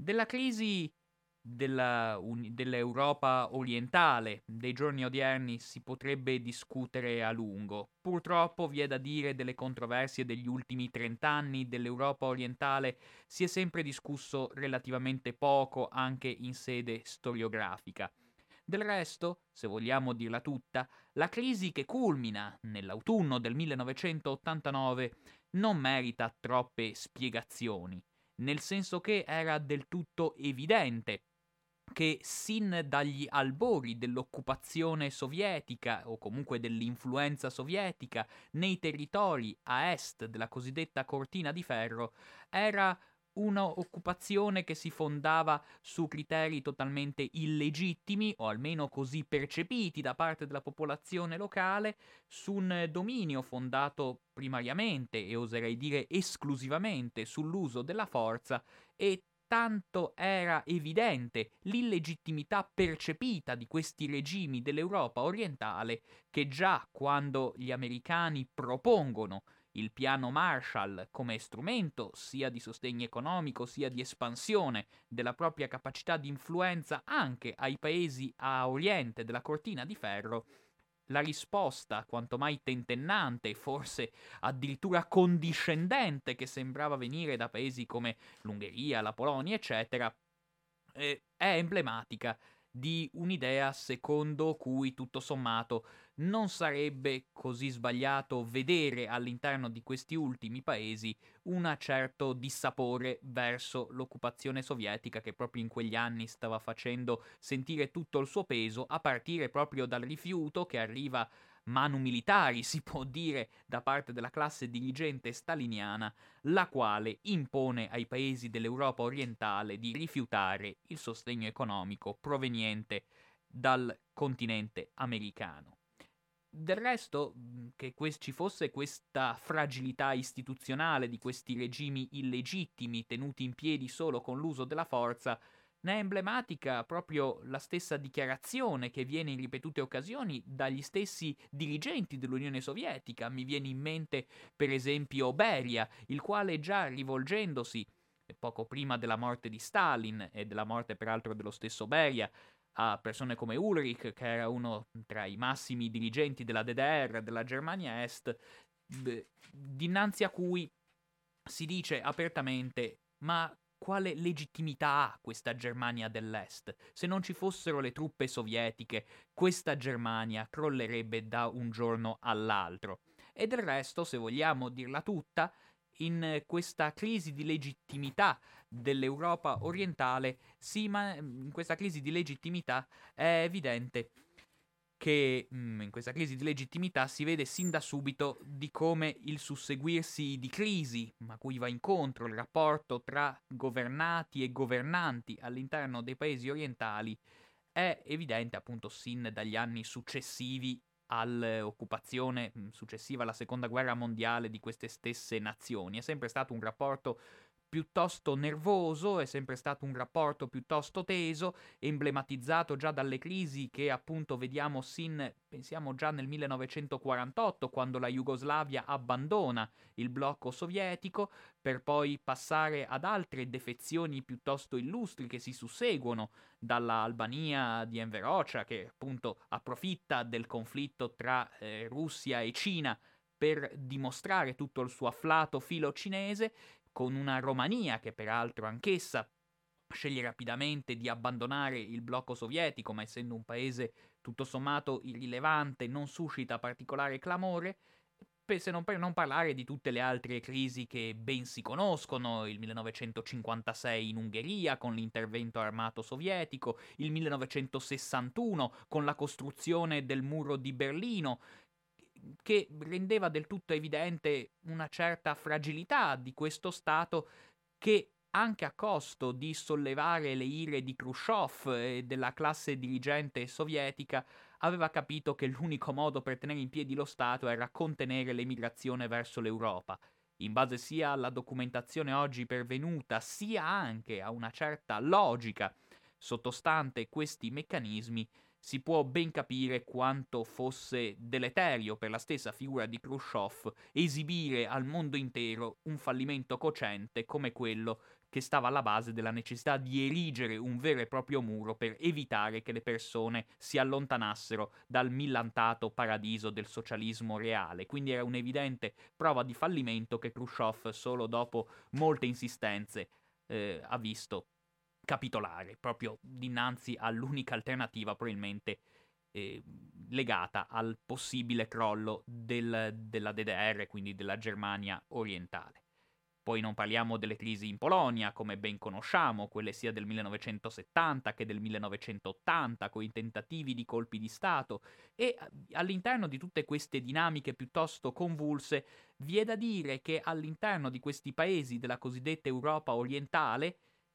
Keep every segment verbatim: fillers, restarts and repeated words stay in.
Della crisi della uni dell'Europa orientale dei giorni odierni si potrebbe discutere a lungo. Purtroppo vi è da dire delle controversie degli ultimi trent'anni dell'Europa orientale si è sempre discusso relativamente poco anche in sede storiografica. Del resto, se vogliamo dirla tutta, la crisi che culmina nell'autunno del millenovecentottantanove non merita troppe spiegazioni, nel senso che era del tutto evidente che sin dagli albori dell'occupazione sovietica o comunque dell'influenza sovietica nei territori a est della cosiddetta cortina di ferro era un'occupazione che si fondava su criteri totalmente illegittimi o almeno così percepiti da parte della popolazione locale, su un dominio fondato primariamente e oserei dire esclusivamente sull'uso della forza e tanto era evidente l'illegittimità percepita di questi regimi dell'Europa orientale che già quando gli americani propongono il piano Marshall come strumento sia di sostegno economico sia di espansione della propria capacità di influenza anche ai paesi a oriente della cortina di ferro, la risposta, quanto mai tentennante, forse addirittura condiscendente, che sembrava venire da paesi come l'Ungheria, la Polonia, eccetera, eh, è emblematica di un'idea secondo cui tutto sommato non sarebbe così sbagliato vedere all'interno di questi ultimi paesi un certo dissapore verso l'occupazione sovietica che proprio in quegli anni stava facendo sentire tutto il suo peso a partire proprio dal rifiuto che arriva manu militari, si può dire, da parte della classe dirigente staliniana, la quale impone ai paesi dell'Europa orientale di rifiutare il sostegno economico proveniente dal continente americano. Del resto, che que- ci fosse questa fragilità istituzionale di questi regimi illegittimi tenuti in piedi solo con l'uso della forza, ne è emblematica proprio la stessa dichiarazione che viene in ripetute occasioni dagli stessi dirigenti dell'Unione Sovietica. Mi viene in mente, per esempio, Beria, il quale già rivolgendosi poco prima della morte di Stalin e della morte peraltro dello stesso Beria, a persone come Ulrich, che era uno tra i massimi dirigenti della D D R, della Germania Est, beh, dinanzi a cui si dice apertamente: ma quale legittimità ha questa Germania dell'Est? Se non ci fossero le truppe sovietiche, questa Germania crollerebbe da un giorno all'altro. E del resto, se vogliamo dirla tutta, in questa crisi di legittimità dell'Europa orientale, si ma- in questa crisi di legittimità è evidente che mh, in questa crisi di legittimità si vede sin da subito di come il susseguirsi di crisi a cui va incontro il rapporto tra governati e governanti all'interno dei paesi orientali è evidente appunto sin dagli anni successivi all'occupazione successiva alla seconda guerra mondiale di queste stesse nazioni. È sempre stato un rapporto piuttosto nervoso, è sempre stato un rapporto piuttosto teso, emblematizzato già dalle crisi che appunto vediamo sin, pensiamo già nel millenovecentoquarantotto, quando la Jugoslavia abbandona il blocco sovietico, per poi passare ad altre defezioni piuttosto illustri che si susseguono, dalla Albania di Enver Hoxha, che appunto approfitta del conflitto tra eh, Russia e Cina per dimostrare tutto il suo afflato filo cinese, con una Romania che peraltro anch'essa sceglie rapidamente di abbandonare il blocco sovietico, ma essendo un paese tutto sommato irrilevante non suscita particolare clamore, se non per non parlare di tutte le altre crisi che ben si conoscono, il millenovecentocinquantasei in Ungheria con l'intervento armato sovietico, il millenovecentosessantuno con la costruzione del muro di Berlino, che rendeva del tutto evidente una certa fragilità di questo Stato che anche a costo di sollevare le ire di Khrushchev e della classe dirigente sovietica, aveva capito che l'unico modo per tenere in piedi lo Stato era contenere l'emigrazione verso l'Europa. In base sia alla documentazione oggi pervenuta, sia anche a una certa logica sottostante questi meccanismi, si può ben capire quanto fosse deleterio per la stessa figura di Khrushchev esibire al mondo intero un fallimento cocente come quello che stava alla base della necessità di erigere un vero e proprio muro per evitare che le persone si allontanassero dal millantato paradiso del socialismo reale. Quindi era un'evidente prova di fallimento che Khrushchev, solo dopo molte insistenze, eh, ha visto capitolare, proprio dinanzi all'unica alternativa probabilmente eh, legata al possibile crollo del, della D D R, quindi della Germania orientale. Poi non parliamo delle crisi in Polonia, come ben conosciamo, quelle sia del millenovecentosettanta che del millenovecentottanta, con i tentativi di colpi di Stato, e all'interno di tutte queste dinamiche piuttosto convulse, vi è da dire che all'interno di questi paesi della cosiddetta Europa orientale,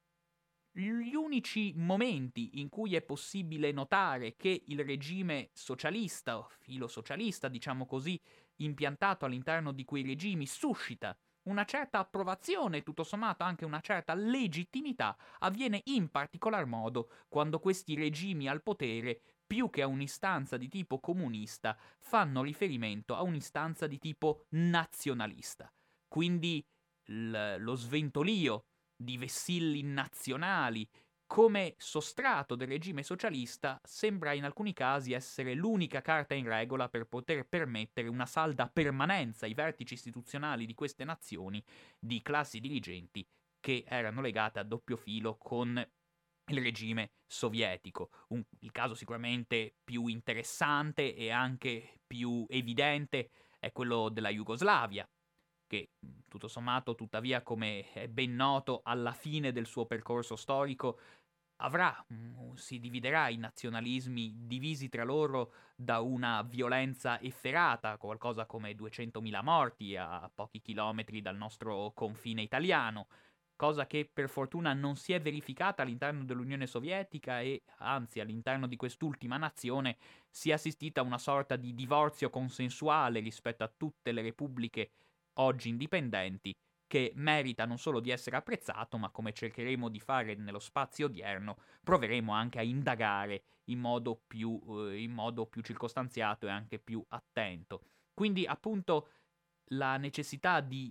gli unici momenti in cui è possibile notare che il regime socialista, o filosocialista, diciamo così, impiantato all'interno di quei regimi suscita una certa approvazione, tutto sommato anche una certa legittimità, avviene in particolar modo quando questi regimi al potere, più che a un'istanza di tipo comunista, fanno riferimento a un'istanza di tipo nazionalista. Quindi l- lo sventolio di vessilli nazionali come sostrato del regime socialista sembra in alcuni casi essere l'unica carta in regola per poter permettere una salda permanenza ai vertici istituzionali di queste nazioni di classi dirigenti che erano legate a doppio filo con il regime sovietico. Un, il caso sicuramente più interessante e anche più evidente è quello della Jugoslavia, che tutto sommato, tuttavia, come è ben noto, alla fine del suo percorso storico avrà, mh, si dividerà in nazionalismi divisi tra loro da una violenza efferata, qualcosa come duecentomila morti a pochi chilometri dal nostro confine italiano, cosa che per fortuna non si è verificata all'interno dell'Unione Sovietica e anzi all'interno di quest'ultima nazione si è assistita a una sorta di divorzio consensuale rispetto a tutte le repubbliche oggi indipendenti, che merita non solo di essere apprezzato, ma come cercheremo di fare nello spazio odierno, proveremo anche a indagare in modo più, eh, in modo più circostanziato e anche più attento. Quindi appunto la necessità di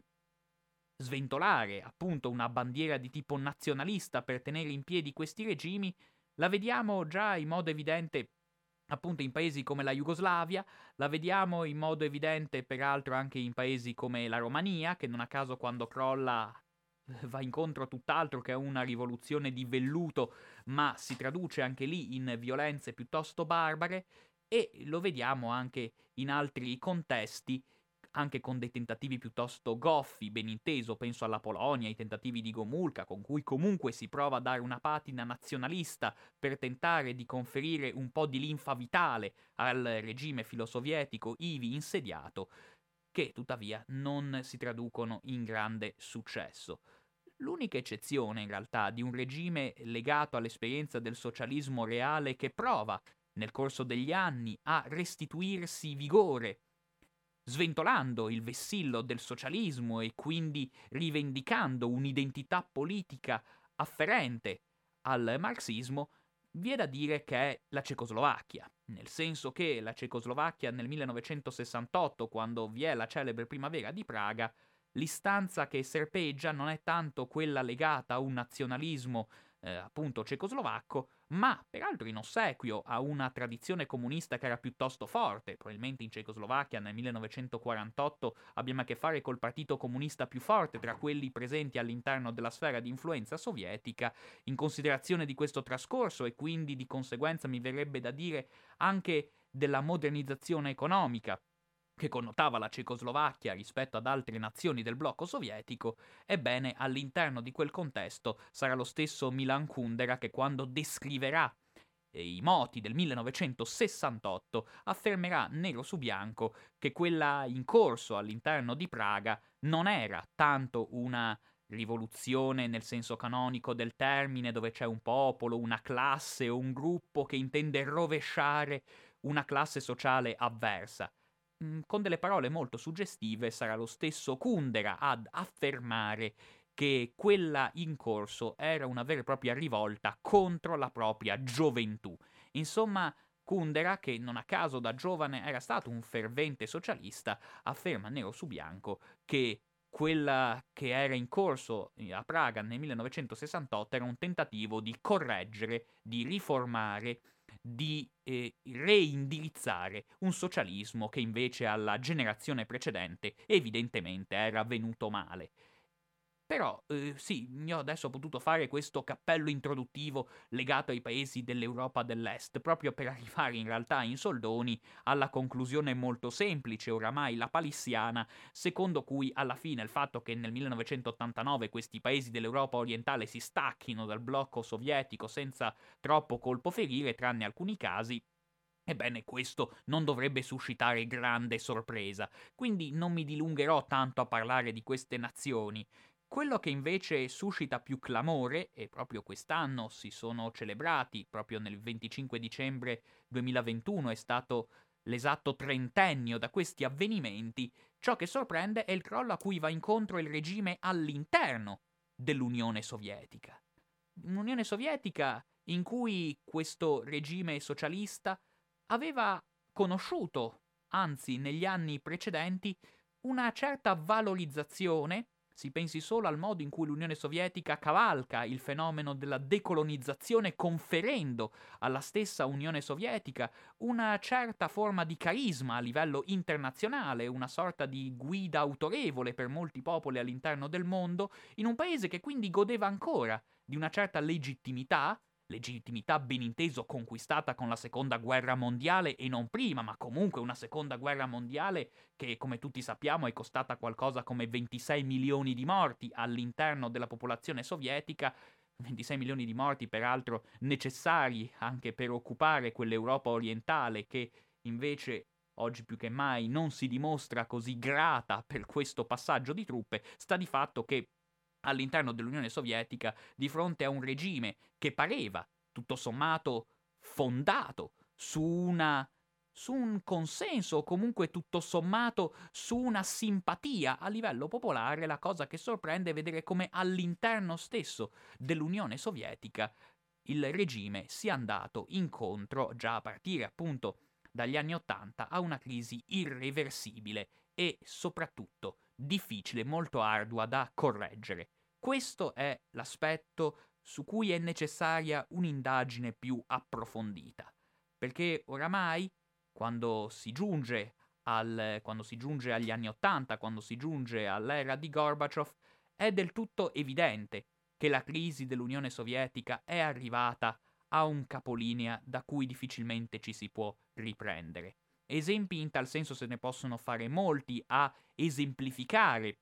sventolare appunto una bandiera di tipo nazionalista per tenere in piedi questi regimi la vediamo già in modo evidente appunto in paesi come la Jugoslavia, la vediamo in modo evidente peraltro anche in paesi come la Romania, che non a caso quando crolla va incontro a tutt'altro che a una rivoluzione di velluto, ma si traduce anche lì in violenze piuttosto barbare, e lo vediamo anche in altri contesti, anche con dei tentativi piuttosto goffi, ben inteso, penso alla Polonia, ai tentativi di Gomulka, con cui comunque si prova a dare una patina nazionalista per tentare di conferire un po' di linfa vitale al regime filosovietico ivi insediato, che tuttavia non si traducono in grande successo. L'unica eccezione, in realtà, di un regime legato all'esperienza del socialismo reale che prova, nel corso degli anni, a restituirsi vigore, sventolando il vessillo del socialismo e quindi rivendicando un'identità politica afferente al marxismo, vi è da dire che è la Cecoslovacchia, nel senso che la Cecoslovacchia nel millenovecentosessantotto, quando vi è la celebre primavera di Praga, l'istanza che serpeggia non è tanto quella legata a un nazionalismo eh, appunto cecoslovacco, ma peraltro in ossequio a una tradizione comunista che era piuttosto forte. Probabilmente in Cecoslovacchia nel millenovecentoquarantotto abbiamo a che fare col partito comunista più forte tra quelli presenti all'interno della sfera di influenza sovietica. In considerazione di questo trascorso e quindi di conseguenza mi verrebbe da dire anche della modernizzazione economica che connotava la Cecoslovacchia rispetto ad altre nazioni del blocco sovietico, ebbene all'interno di quel contesto sarà lo stesso Milan Kundera che quando descriverà i moti del millenovecentosessantotto affermerà nero su bianco che quella in corso all'interno di Praga non era tanto una rivoluzione nel senso canonico del termine, dove c'è un popolo, una classe o un gruppo che intende rovesciare una classe sociale avversa. Con delle parole molto suggestive sarà lo stesso Kundera ad affermare che quella in corso era una vera e propria rivolta contro la propria gioventù. Insomma, Kundera, che non a caso da giovane era stato un fervente socialista, afferma nero su bianco che quella che era in corso a Praga nel millenovecentosessantotto era un tentativo di correggere, di riformare, di eh, reindirizzare un socialismo che invece alla generazione precedente evidentemente era venuto male. Però, eh, sì, io adesso ho potuto fare questo cappello introduttivo legato ai paesi dell'Europa dell'Est, proprio per arrivare in realtà in soldoni alla conclusione molto semplice, oramai lapalissiana, secondo cui alla fine il fatto che nel millenovecentottantanove questi paesi dell'Europa orientale si stacchino dal blocco sovietico senza troppo colpo ferire, tranne alcuni casi, ebbene, questo non dovrebbe suscitare grande sorpresa, quindi non mi dilungherò tanto a parlare di queste nazioni. Quello che invece suscita più clamore, e proprio quest'anno si sono celebrati, proprio nel venticinque dicembre duemilaventuno è stato l'esatto trentennio da questi avvenimenti, ciò che sorprende è il crollo a cui va incontro il regime all'interno dell'Unione Sovietica. Un'Unione Sovietica in cui questo regime socialista aveva conosciuto, anzi negli anni precedenti, una certa valorizzazione. Si pensi solo al modo in cui l'Unione Sovietica cavalca il fenomeno della decolonizzazione, conferendo alla stessa Unione Sovietica una certa forma di carisma a livello internazionale, una sorta di guida autorevole per molti popoli all'interno del mondo, in un paese che quindi godeva ancora di una certa legittimità, legittimità ben inteso conquistata con la seconda guerra mondiale e non prima, ma comunque una seconda guerra mondiale che come tutti sappiamo è costata qualcosa come ventisei milioni di morti all'interno della popolazione sovietica, ventisei milioni di morti peraltro necessari anche per occupare quell'Europa orientale che invece oggi più che mai non si dimostra così grata per questo passaggio di truppe, sta di fatto che all'interno dell'Unione Sovietica, di fronte a un regime che pareva, tutto sommato, fondato su una su un consenso o comunque tutto sommato su una simpatia a livello popolare, la cosa che sorprende è vedere come all'interno stesso dell'Unione Sovietica il regime sia andato incontro, già a partire appunto dagli anni Ottanta, a una crisi irreversibile e soprattutto difficile, molto ardua da correggere. Questo è l'aspetto su cui è necessaria un'indagine più approfondita, perché oramai quando si giunge al, quando si giunge agli anni Ottanta, quando si giunge all'era di Gorbaciov, è del tutto evidente che la crisi dell'Unione Sovietica è arrivata a un capolinea da cui difficilmente ci si può riprendere. Esempi in tal senso se ne possono fare molti a esemplificare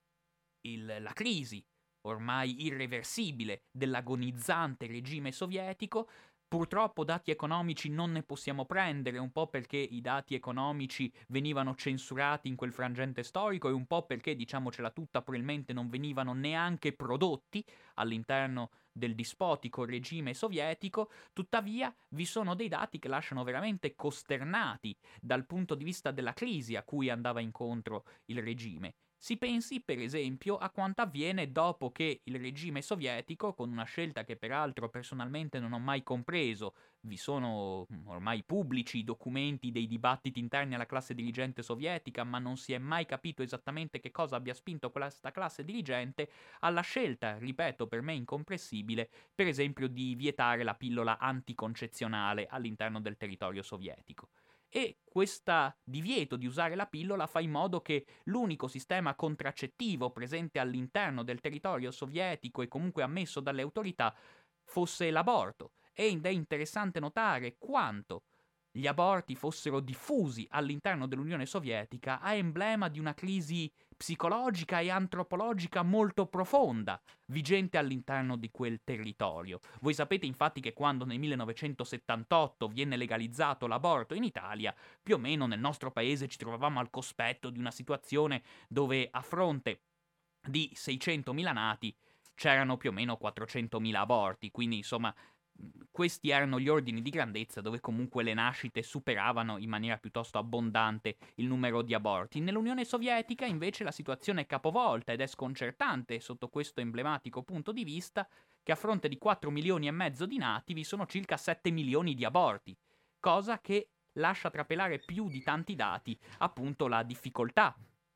il, la crisi ormai irreversibile dell'agonizzante regime sovietico. Purtroppo dati economici non ne possiamo prendere, un po' perché i dati economici venivano censurati in quel frangente storico e un po' perché, diciamocela tutta, probabilmente non venivano neanche prodotti all'interno del dispotico regime sovietico. Tuttavia vi sono dei dati che lasciano veramente costernati dal punto di vista della crisi a cui andava incontro il regime. Si pensi, per esempio, a quanto avviene dopo che il regime sovietico, con una scelta che peraltro personalmente non ho mai compreso, vi sono ormai pubblici documenti dei dibattiti interni alla classe dirigente sovietica, ma non si è mai capito esattamente che cosa abbia spinto questa classe dirigente alla scelta, ripeto, per me incomprensibile, per esempio di vietare la pillola anticoncezionale all'interno del territorio sovietico. E questo divieto di usare la pillola fa in modo che l'unico sistema contraccettivo presente all'interno del territorio sovietico e comunque ammesso dalle autorità fosse l'aborto. Ed è interessante notare quanto gli aborti fossero diffusi all'interno dell'Unione Sovietica a emblema di una crisi psicologica e antropologica molto profonda vigente all'interno di quel territorio. Voi sapete infatti che quando nel millenovecentosettantotto viene legalizzato l'aborto in Italia, più o meno nel nostro paese ci trovavamo al cospetto di una situazione dove a fronte di seicentomila nati c'erano più o meno quattrocentomila aborti, quindi insomma questi erano gli ordini di grandezza dove comunque le nascite superavano in maniera piuttosto abbondante il numero di aborti. Nell'Unione Sovietica invece la situazione è capovolta ed è sconcertante sotto questo emblematico punto di vista che a fronte di quattro milioni e mezzo di nati vi sono circa sette milioni di aborti, cosa che lascia trapelare più di tanti dati appunto la difficoltà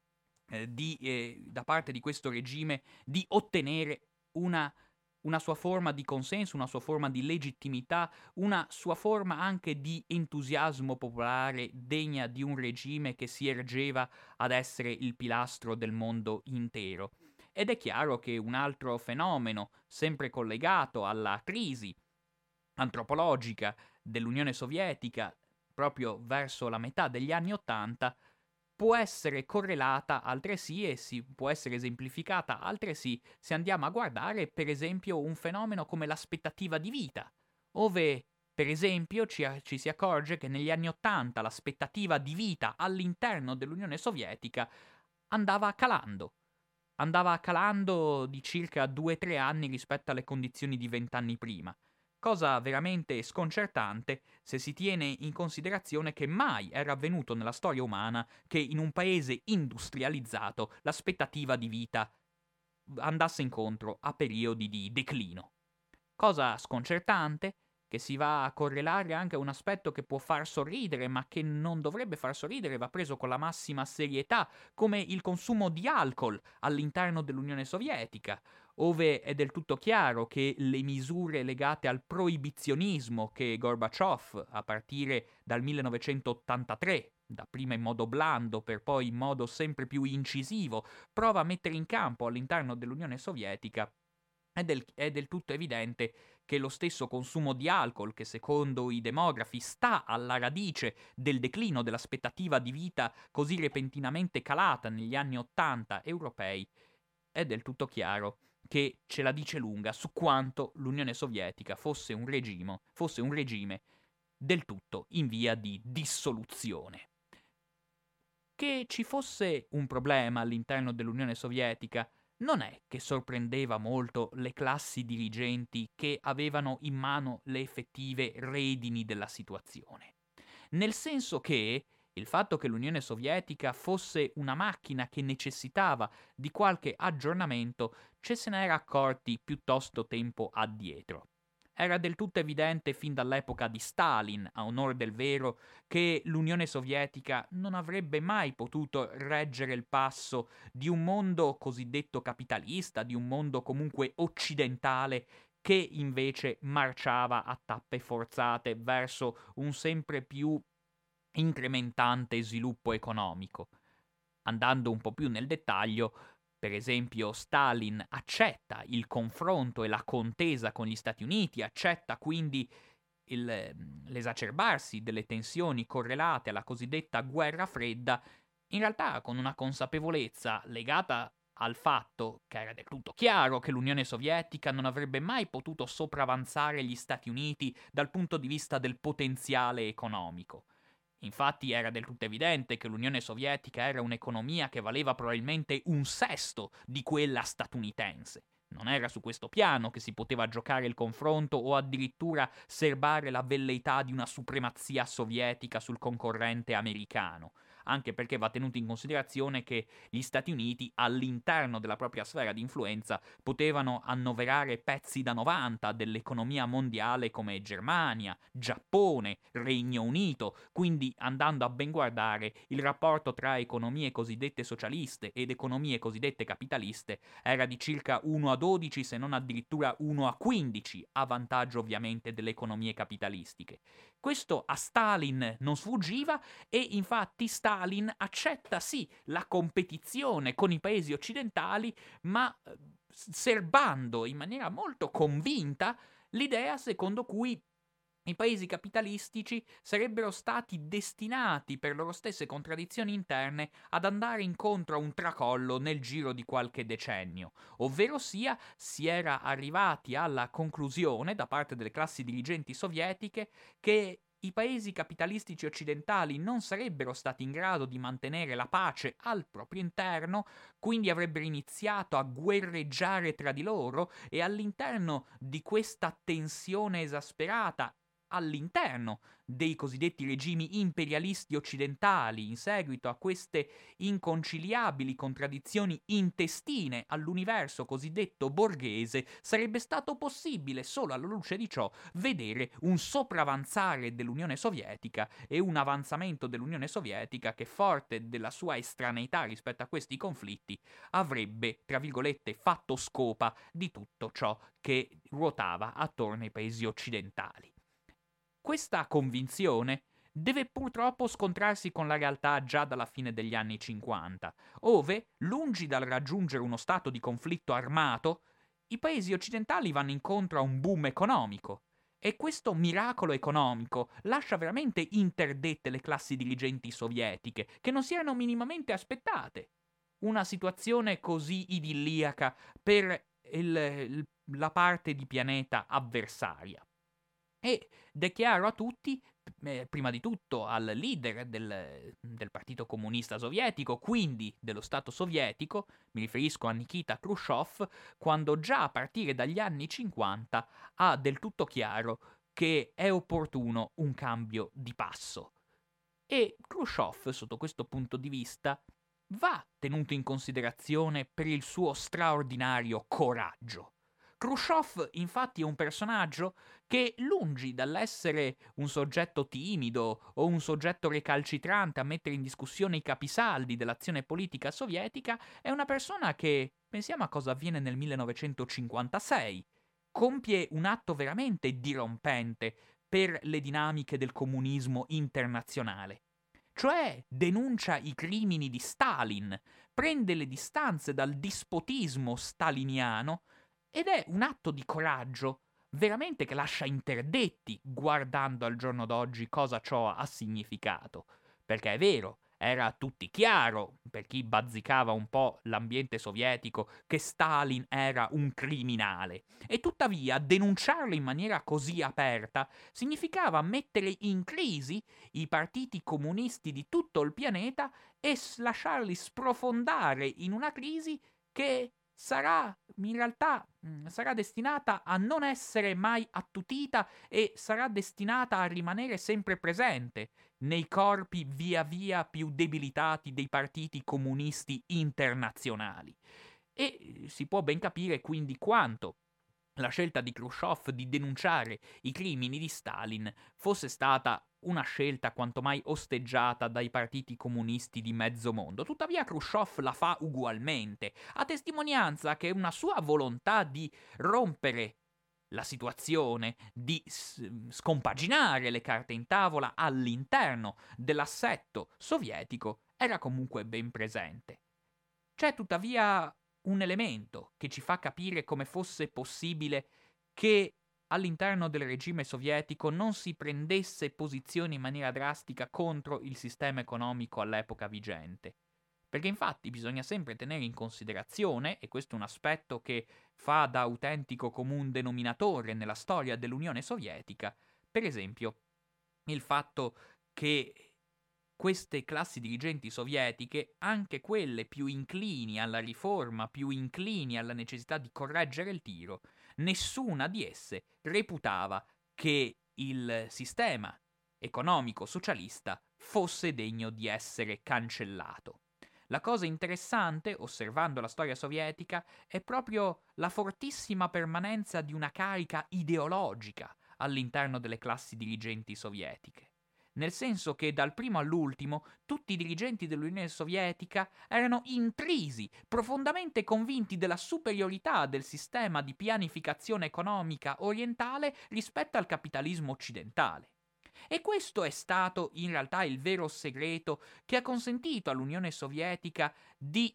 eh, di, eh, da parte di questo regime di ottenere una, una sua forma di consenso, una sua forma di legittimità, una sua forma anche di entusiasmo popolare degna di un regime che si ergeva ad essere il pilastro del mondo intero. Ed è chiaro che un altro fenomeno, sempre collegato alla crisi antropologica dell'Unione Sovietica, proprio verso la metà degli anni Ottanta, può essere correlata altresì e si può essere esemplificata altresì se andiamo a guardare per esempio un fenomeno come l'aspettativa di vita, ove per esempio ci, ci si accorge che negli anni Ottanta l'aspettativa di vita all'interno dell'Unione Sovietica andava calando, andava calando di circa due tre anni rispetto alle condizioni di vent'anni prima. Cosa veramente sconcertante se si tiene in considerazione che mai era avvenuto nella storia umana che in un paese industrializzato l'aspettativa di vita andasse incontro a periodi di declino. Cosa sconcertante che si va a correlare anche a un aspetto che può far sorridere, ma che non dovrebbe far sorridere, va preso con la massima serietà, come il consumo di alcol all'interno dell'Unione Sovietica, ove è del tutto chiaro che le misure legate al proibizionismo che Gorbaciov, a partire dal millenovecentottantatré, dapprima in modo blando per poi in modo sempre più incisivo, prova a mettere in campo all'interno dell'Unione Sovietica, è del, è del tutto evidente che lo stesso consumo di alcol, che secondo i demografi sta alla radice del declino dell'aspettativa di vita così repentinamente calata negli anni Ottanta europei, è del tutto chiaro che ce la dice lunga su quanto l'Unione Sovietica fosse un regime, fosse un regime del tutto in via di dissoluzione. Che ci fosse un problema all'interno dell'Unione Sovietica non è che sorprendeva molto le classi dirigenti che avevano in mano le effettive redini della situazione. Nel senso che il fatto che l'Unione Sovietica fosse una macchina che necessitava di qualche aggiornamento ce se ne era accorti piuttosto tempo addietro. Era del tutto evidente fin dall'epoca di Stalin, a onor del vero, che l'Unione Sovietica non avrebbe mai potuto reggere il passo di un mondo cosiddetto capitalista, di un mondo comunque occidentale, che invece marciava a tappe forzate verso un sempre più incrementante sviluppo economico. Andando un po' più nel dettaglio, per esempio Stalin accetta il confronto e la contesa con gli Stati Uniti, accetta quindi il, l'esacerbarsi delle tensioni correlate alla cosiddetta guerra fredda, in realtà con una consapevolezza legata al fatto che era del tutto chiaro che l'Unione Sovietica non avrebbe mai potuto sopravanzare gli Stati Uniti dal punto di vista del potenziale economico. Infatti era del tutto evidente che l'Unione Sovietica era un'economia che valeva probabilmente un sesto di quella statunitense. Non era su questo piano che si poteva giocare il confronto o addirittura serbare la velleità di una supremazia sovietica sul concorrente americano, anche perché va tenuto in considerazione che gli Stati Uniti all'interno della propria sfera di influenza potevano annoverare pezzi da novanta dell'economia mondiale come Germania, Giappone, Regno Unito, quindi andando a ben guardare il rapporto tra economie cosiddette socialiste ed economie cosiddette capitaliste era di circa uno a dodici se non addirittura uno a quindici a vantaggio ovviamente delle economie capitalistiche. Questo a Stalin non sfuggiva e infatti Stalin accetta sì la competizione con i paesi occidentali, ma serbando in maniera molto convinta l'idea secondo cui i paesi capitalistici sarebbero stati destinati per loro stesse contraddizioni interne ad andare incontro a un tracollo nel giro di qualche decennio, ovvero sia si era arrivati alla conclusione da parte delle classi dirigenti sovietiche che i paesi capitalistici occidentali non sarebbero stati in grado di mantenere la pace al proprio interno, quindi avrebbero iniziato a guerreggiare tra di loro e all'interno di questa tensione esasperata all'interno dei cosiddetti regimi imperialisti occidentali, in seguito a queste inconciliabili contraddizioni intestine all'universo cosiddetto borghese, sarebbe stato possibile solo alla luce di ciò vedere un sopravanzare dell'Unione Sovietica e un avanzamento dell'Unione Sovietica che, forte della sua estraneità rispetto a questi conflitti, avrebbe, tra virgolette, fatto scopa di tutto ciò che ruotava attorno ai paesi occidentali. Questa convinzione deve purtroppo scontrarsi con la realtà già dalla fine degli anni cinquanta, ove, lungi dal raggiungere uno stato di conflitto armato, i paesi occidentali vanno incontro a un boom economico. E questo miracolo economico lascia veramente interdette le classi dirigenti sovietiche, che non si erano minimamente aspettate una situazione così idilliaca per il, il, la parte di pianeta avversaria. Ed è chiaro a tutti, eh, prima di tutto al leader del, del Partito Comunista Sovietico, quindi dello Stato sovietico, mi riferisco a Nikita Khrushchev, quando già a partire dagli anni cinquanta ha del tutto chiaro che è opportuno un cambio di passo. E Khrushchev, sotto questo punto di vista, va tenuto in considerazione per il suo straordinario coraggio. Khrushchev infatti è un personaggio che, lungi dall'essere un soggetto timido o un soggetto recalcitrante a mettere in discussione i capisaldi dell'azione politica sovietica, è una persona che, pensiamo a cosa avviene nel millenovecentocinquantasei, compie un atto veramente dirompente per le dinamiche del comunismo internazionale. Cioè denuncia i crimini di Stalin, prende le distanze dal dispotismo staliniano ed è un atto di coraggio veramente che lascia interdetti guardando al giorno d'oggi cosa ciò ha significato. Perché è vero, era a tutti chiaro, per chi bazzicava un po' l'ambiente sovietico, che Stalin era un criminale. E tuttavia denunciarlo in maniera così aperta significava mettere in crisi i partiti comunisti di tutto il pianeta e lasciarli sprofondare in una crisi che sarà in realtà mh, sarà destinata a non essere mai attutita e sarà destinata a rimanere sempre presente nei corpi via via più debilitati dei partiti comunisti internazionali. E si può ben capire quindi quanto la scelta di Khrushchev di denunciare i crimini di Stalin fosse stata una scelta quanto mai osteggiata dai partiti comunisti di mezzo mondo. Tuttavia Khrushchev la fa ugualmente, a testimonianza che una sua volontà di rompere la situazione, di s- scompaginare le carte in tavola all'interno dell'assetto sovietico era comunque ben presente. C'è tuttavia un elemento che ci fa capire come fosse possibile che all'interno del regime sovietico non si prendesse posizione in maniera drastica contro il sistema economico all'epoca vigente. Perché infatti bisogna sempre tenere in considerazione, e questo è un aspetto che fa da autentico comun denominatore nella storia dell'Unione Sovietica, per esempio il fatto che queste classi dirigenti sovietiche, anche quelle più inclini alla riforma, più inclini alla necessità di correggere il tiro, nessuna di esse reputava che il sistema economico socialista fosse degno di essere cancellato. La cosa interessante, osservando la storia sovietica, è proprio la fortissima permanenza di una carica ideologica all'interno delle classi dirigenti sovietiche. Nel senso che dal primo all'ultimo tutti i dirigenti dell'Unione Sovietica erano intrisi, profondamente convinti della superiorità del sistema di pianificazione economica orientale rispetto al capitalismo occidentale. E questo è stato in realtà il vero segreto che ha consentito all'Unione Sovietica di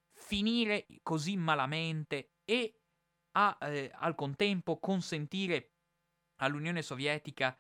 finire così malamente e a, eh, al contempo consentire all'Unione Sovietica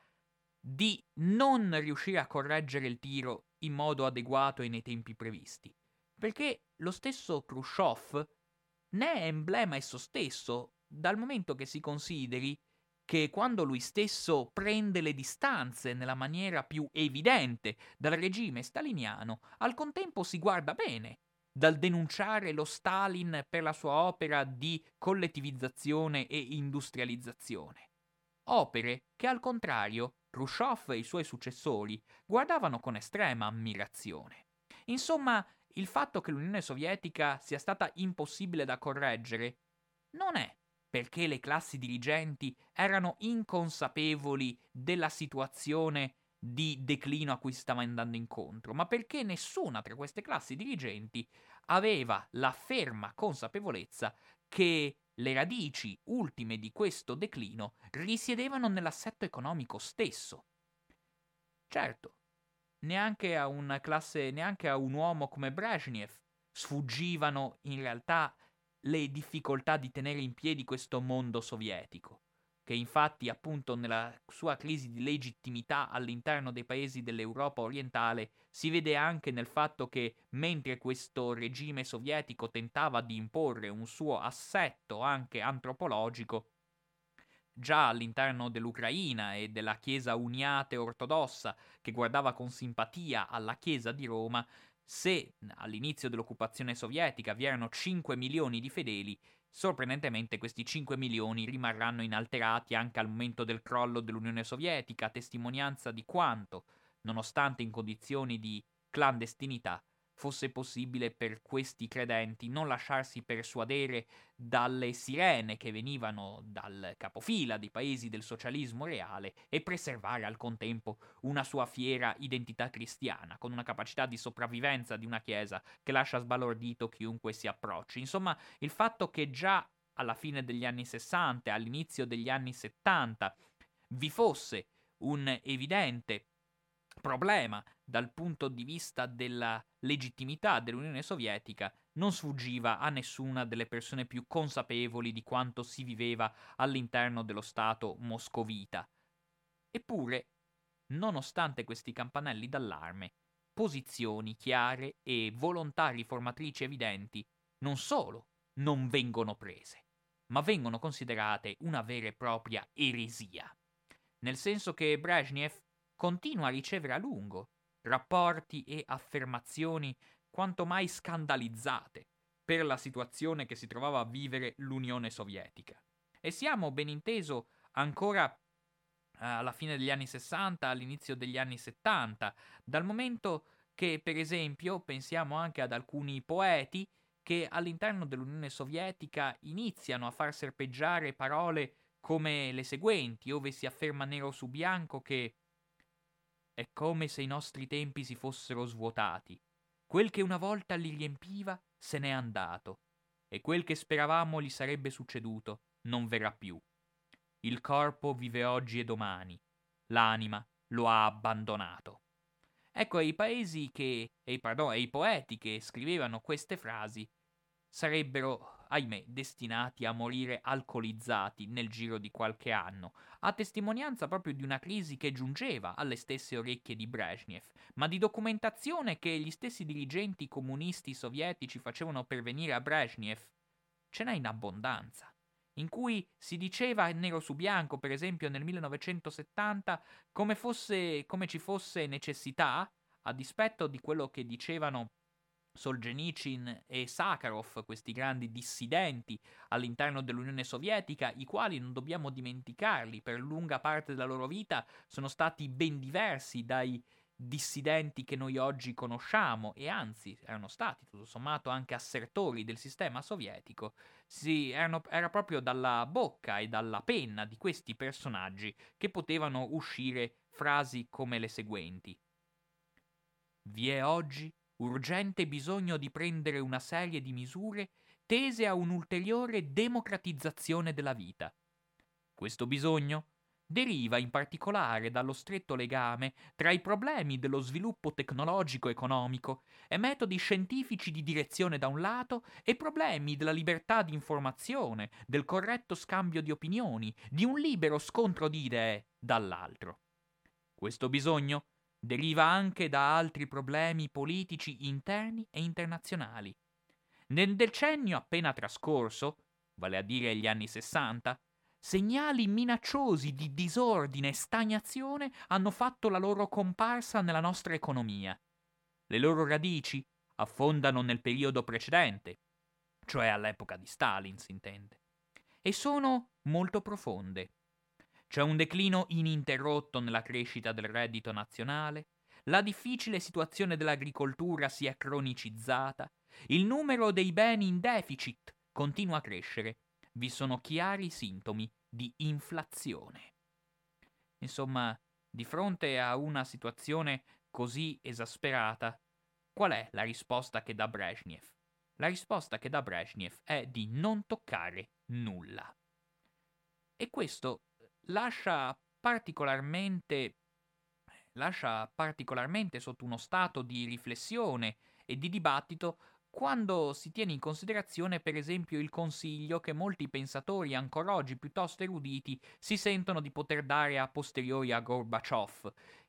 di non riuscire a correggere il tiro in modo adeguato e nei tempi previsti. Perché lo stesso Khrushchev ne è emblema esso stesso, dal momento che si consideri che quando lui stesso prende le distanze nella maniera più evidente dal regime staliniano, al contempo si guarda bene dal denunciare lo Stalin per la sua opera di collettivizzazione e industrializzazione. Opere che al contrario Khrushchev e i suoi successori guardavano con estrema ammirazione. Insomma, il fatto che l'Unione Sovietica sia stata impossibile da correggere non è perché le classi dirigenti erano inconsapevoli della situazione di declino a cui si stava andando incontro, ma perché nessuna tra queste classi dirigenti aveva la ferma consapevolezza che le radici ultime di questo declino risiedevano nell'assetto economico stesso. Certo, neanche a una classe, neanche a un uomo come Brezhnev sfuggivano in realtà le difficoltà di tenere in piedi questo mondo sovietico, che infatti appunto nella sua crisi di legittimità all'interno dei paesi dell'Europa orientale si vede anche nel fatto che mentre questo regime sovietico tentava di imporre un suo assetto anche antropologico, già all'interno dell'Ucraina e della Chiesa uniate ortodossa che guardava con simpatia alla Chiesa di Roma, se all'inizio dell'occupazione sovietica vi erano cinque milioni di fedeli, sorprendentemente questi cinque milioni rimarranno inalterati anche al momento del crollo dell'Unione Sovietica, a testimonianza di quanto, nonostante in condizioni di clandestinità, fosse possibile per questi credenti non lasciarsi persuadere dalle sirene che venivano dal capofila dei paesi del socialismo reale e preservare al contempo una sua fiera identità cristiana, con una capacità di sopravvivenza di una chiesa che lascia sbalordito chiunque si approcci. Insomma, il fatto che già alla fine degli anni sessanta e all'inizio degli anni settanta vi fosse un evidente problema dal punto di vista della legittimità dell'Unione Sovietica non sfuggiva a nessuna delle persone più consapevoli di quanto si viveva all'interno dello Stato moscovita. Eppure, nonostante questi campanelli d'allarme, posizioni chiare e volontà riformatrici evidenti non solo non vengono prese, ma vengono considerate una vera e propria eresia. Nel senso che Brezhnev continua a ricevere a lungo rapporti e affermazioni quanto mai scandalizzate per la situazione che si trovava a vivere l'Unione Sovietica. E siamo, ben inteso, ancora eh, alla fine degli anni sessanta, all'inizio degli anni settanta, dal momento che, per esempio, pensiamo anche ad alcuni poeti che all'interno dell'Unione Sovietica iniziano a far serpeggiare parole come le seguenti, ove si afferma nero su bianco che è come se i nostri tempi si fossero svuotati. Quel che una volta li riempiva se n'è andato, e quel che speravamo gli sarebbe succeduto non verrà più. Il corpo vive oggi e domani, l'anima lo ha abbandonato. Ecco, e i paesi che, e, pardon, e i poeti che scrivevano queste frasi sarebbero, ahimè, destinati a morire alcolizzati nel giro di qualche anno, a testimonianza proprio di una crisi che giungeva alle stesse orecchie di Brezhnev, ma di documentazione che gli stessi dirigenti comunisti sovietici facevano pervenire a Brezhnev ce n'è in abbondanza, in cui si diceva nero su bianco, per esempio nel millenovecentosettanta, come fosse, come ci fosse necessità, a dispetto di quello che dicevano Solzhenitsyn e Sakharov, questi grandi dissidenti all'interno dell'Unione Sovietica, i quali non dobbiamo dimenticarli, per lunga parte della loro vita sono stati ben diversi dai dissidenti che noi oggi conosciamo e anzi erano stati tutto sommato anche assertori del sistema sovietico. Si, erano, era proprio dalla bocca e dalla penna di questi personaggi che potevano uscire frasi come le seguenti: vi è oggi urgente bisogno di prendere una serie di misure tese a un'ulteriore democratizzazione della vita. Questo bisogno deriva in particolare dallo stretto legame tra i problemi dello sviluppo tecnologico-economico e metodi scientifici di direzione da un lato e problemi della libertà di informazione, del corretto scambio di opinioni, di un libero scontro di idee dall'altro. Questo bisogno deriva anche da altri problemi politici interni e internazionali. Nel decennio appena trascorso, vale a dire gli anni sessanta, segnali minacciosi di disordine e stagnazione hanno fatto la loro comparsa nella nostra economia. Le loro radici affondano nel periodo precedente, cioè all'epoca di Stalin, si intende, e sono molto profonde. C'è un declino ininterrotto nella crescita del reddito nazionale, la difficile situazione dell'agricoltura si è cronicizzata, il numero dei beni in deficit continua a crescere, vi sono chiari sintomi di inflazione. Insomma, di fronte a una situazione così esasperata, qual è la risposta che dà Brezhnev? La risposta che dà Brezhnev è di non toccare nulla. E questo lascia particolarmente lascia particolarmente sotto uno stato di riflessione e di dibattito quando si tiene in considerazione per esempio il consiglio che molti pensatori ancora oggi piuttosto eruditi si sentono di poter dare a posteriori a Gorbaciov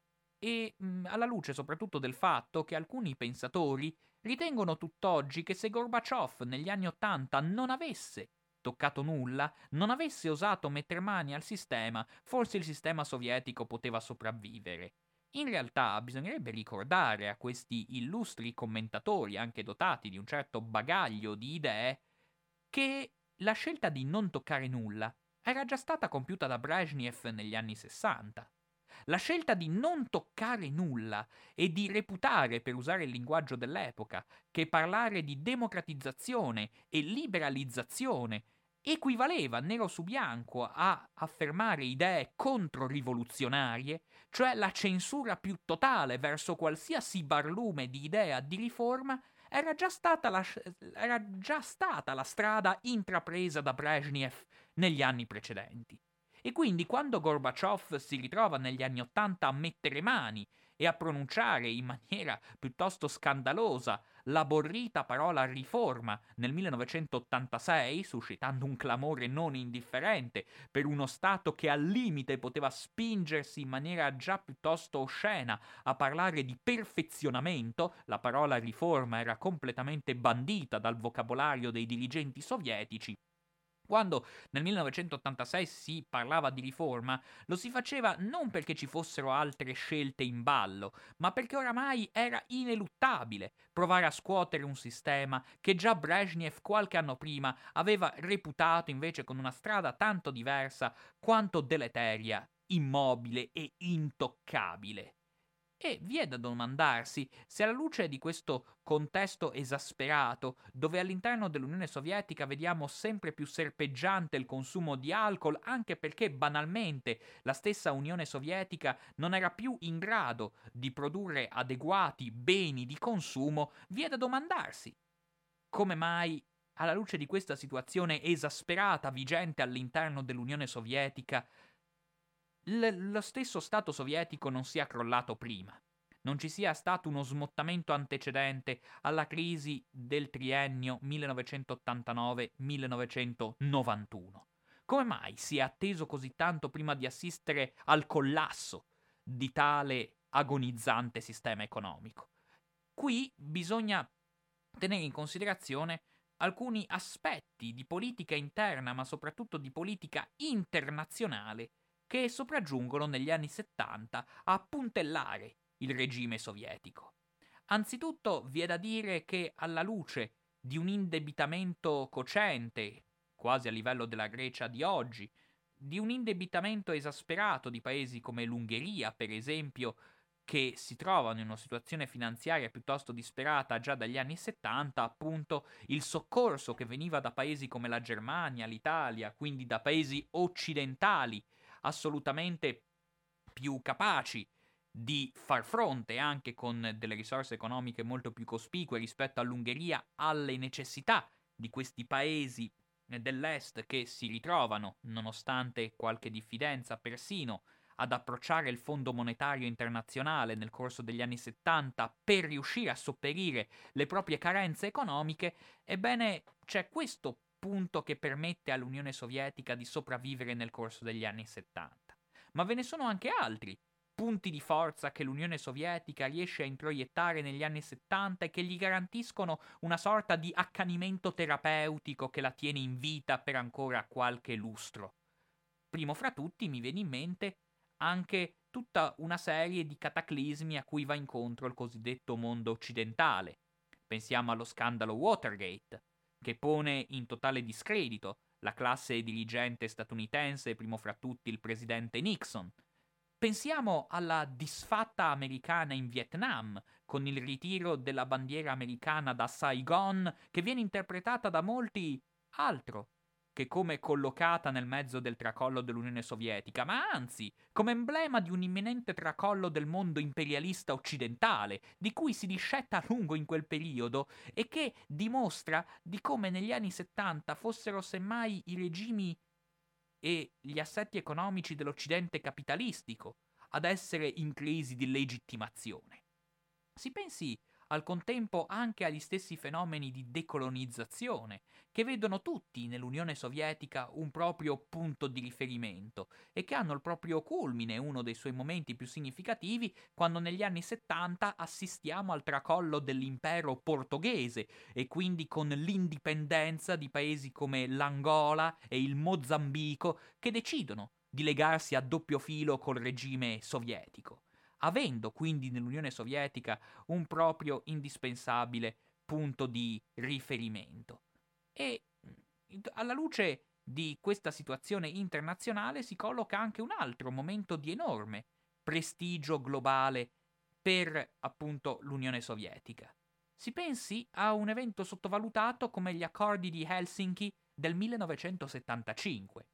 e mh, alla luce soprattutto del fatto che alcuni pensatori ritengono tutt'oggi che se Gorbaciov negli anni Ottanta non avesse toccato nulla, non avesse osato mettere mani al sistema, forse il sistema sovietico poteva sopravvivere. In realtà bisognerebbe ricordare a questi illustri commentatori, anche dotati di un certo bagaglio di idee, che la scelta di non toccare nulla era già stata compiuta da Brezhnev negli anni sessanta. La scelta di non toccare nulla e di reputare, per usare il linguaggio dell'epoca, che parlare di democratizzazione e liberalizzazione equivaleva nero su bianco a affermare idee controrivoluzionarie, cioè la censura più totale verso qualsiasi barlume di idea di riforma, era già stata la, era già stata la strada intrapresa da Brezhnev negli anni precedenti. E quindi quando Gorbaciov si ritrova negli anni Ottanta a mettere mani e a pronunciare in maniera piuttosto scandalosa l'aborrita parola riforma nel millenovecentottantasei, suscitando un clamore non indifferente per uno Stato che al limite poteva spingersi in maniera già piuttosto oscena a parlare di perfezionamento, la parola riforma era completamente bandita dal vocabolario dei dirigenti sovietici. Quando nel millenovecentottantasei si parlava di riforma, lo si faceva non perché ci fossero altre scelte in ballo, ma perché oramai era ineluttabile provare a scuotere un sistema che già Brezhnev qualche anno prima aveva reputato invece con una strada tanto diversa quanto deleteria, immobile e intoccabile. E vi è da domandarsi se alla luce di questo contesto esasperato, dove all'interno dell'Unione Sovietica vediamo sempre più serpeggiante il consumo di alcol, anche perché banalmente la stessa Unione Sovietica non era più in grado di produrre adeguati beni di consumo, vi è da domandarsi come mai, alla luce di questa situazione esasperata vigente all'interno dell'Unione Sovietica, l- lo stesso Stato sovietico non sia crollato prima, non ci sia stato uno smottamento antecedente alla crisi del triennio millenovecentottantanove-millenovecentonovantuno. Come mai si è atteso così tanto prima di assistere al collasso di tale agonizzante sistema economico? Qui bisogna tenere in considerazione alcuni aspetti di politica interna, ma soprattutto di politica internazionale, che sopraggiungono negli anni settanta a puntellare il regime sovietico. Anzitutto vi è da dire che alla luce di un indebitamento cocente, quasi a livello della Grecia di oggi, di un indebitamento esasperato di paesi come l'Ungheria, per esempio, che si trovano in una situazione finanziaria piuttosto disperata già dagli anni settanta, appunto il soccorso che veniva da paesi come la Germania, l'Italia, quindi da paesi occidentali assolutamente più capaci di far fronte anche con delle risorse economiche molto più cospicue rispetto all'Ungheria alle necessità di questi paesi dell'est che si ritrovano, nonostante qualche diffidenza, persino ad approcciare il Fondo Monetario Internazionale nel corso degli anni settanta per riuscire a sopperire le proprie carenze economiche, ebbene c'è questo punto che permette all'Unione Sovietica di sopravvivere nel corso degli anni settanta. Ma ve ne sono anche altri punti di forza che l'Unione Sovietica riesce a introiettare negli anni settanta e che gli garantiscono una sorta di accanimento terapeutico che la tiene in vita per ancora qualche lustro. Primo fra tutti mi viene in mente anche tutta una serie di cataclismi a cui va incontro il cosiddetto mondo occidentale. Pensiamo allo scandalo Watergate, che pone in totale discredito la classe dirigente statunitense, primo fra tutti il presidente Nixon. Pensiamo alla disfatta americana in Vietnam, con il ritiro della bandiera americana da Saigon, che viene interpretata da molti altro che come collocata nel mezzo del tracollo dell'Unione Sovietica, ma anzi come emblema di un imminente tracollo del mondo imperialista occidentale, di cui si discetta a lungo in quel periodo e che dimostra di come negli anni settanta fossero semmai i regimi e gli assetti economici dell'Occidente capitalistico ad essere in crisi di legittimazione. Si pensi al contempo anche agli stessi fenomeni di decolonizzazione, che vedono tutti nell'Unione Sovietica un proprio punto di riferimento e che hanno il proprio culmine, uno dei suoi momenti più significativi, quando negli anni settanta assistiamo al tracollo dell'impero portoghese e quindi con l'indipendenza di paesi come l'Angola e il Mozambico che decidono di legarsi a doppio filo col regime sovietico, avendo quindi nell'Unione Sovietica un proprio indispensabile punto di riferimento. E alla luce di questa situazione internazionale si colloca anche un altro momento di enorme prestigio globale per appunto l'Unione Sovietica. Si pensi a un evento sottovalutato come gli accordi di Helsinki del millenovecentosettantacinque,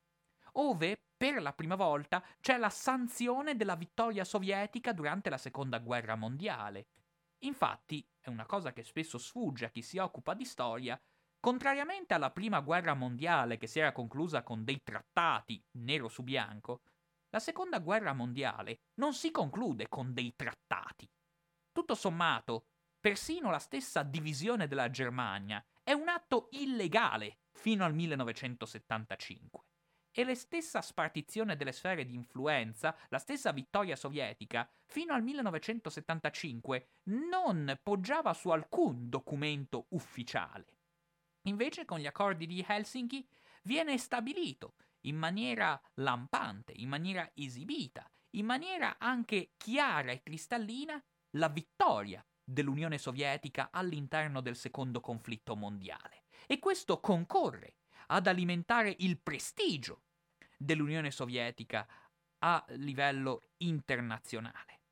ove per la prima volta c'è la sanzione della vittoria sovietica durante la Seconda Guerra Mondiale. Infatti, è una cosa che spesso sfugge a chi si occupa di storia, contrariamente alla Prima Guerra Mondiale che si era conclusa con dei trattati, nero su bianco, la Seconda Guerra Mondiale non si conclude con dei trattati. Tutto sommato, persino la stessa divisione della Germania è un atto illegale fino al millenovecentosettantacinque. E la stessa spartizione delle sfere di influenza, la stessa vittoria sovietica, fino al millenovecentosettantacinque non poggiava su alcun documento ufficiale. Invece con gli accordi di Helsinki viene stabilito in maniera lampante, in maniera esibita, in maniera anche chiara e cristallina la vittoria dell'Unione Sovietica all'interno del secondo conflitto mondiale. E questo concorre ad alimentare il prestigio dell'Unione Sovietica a livello internazionale.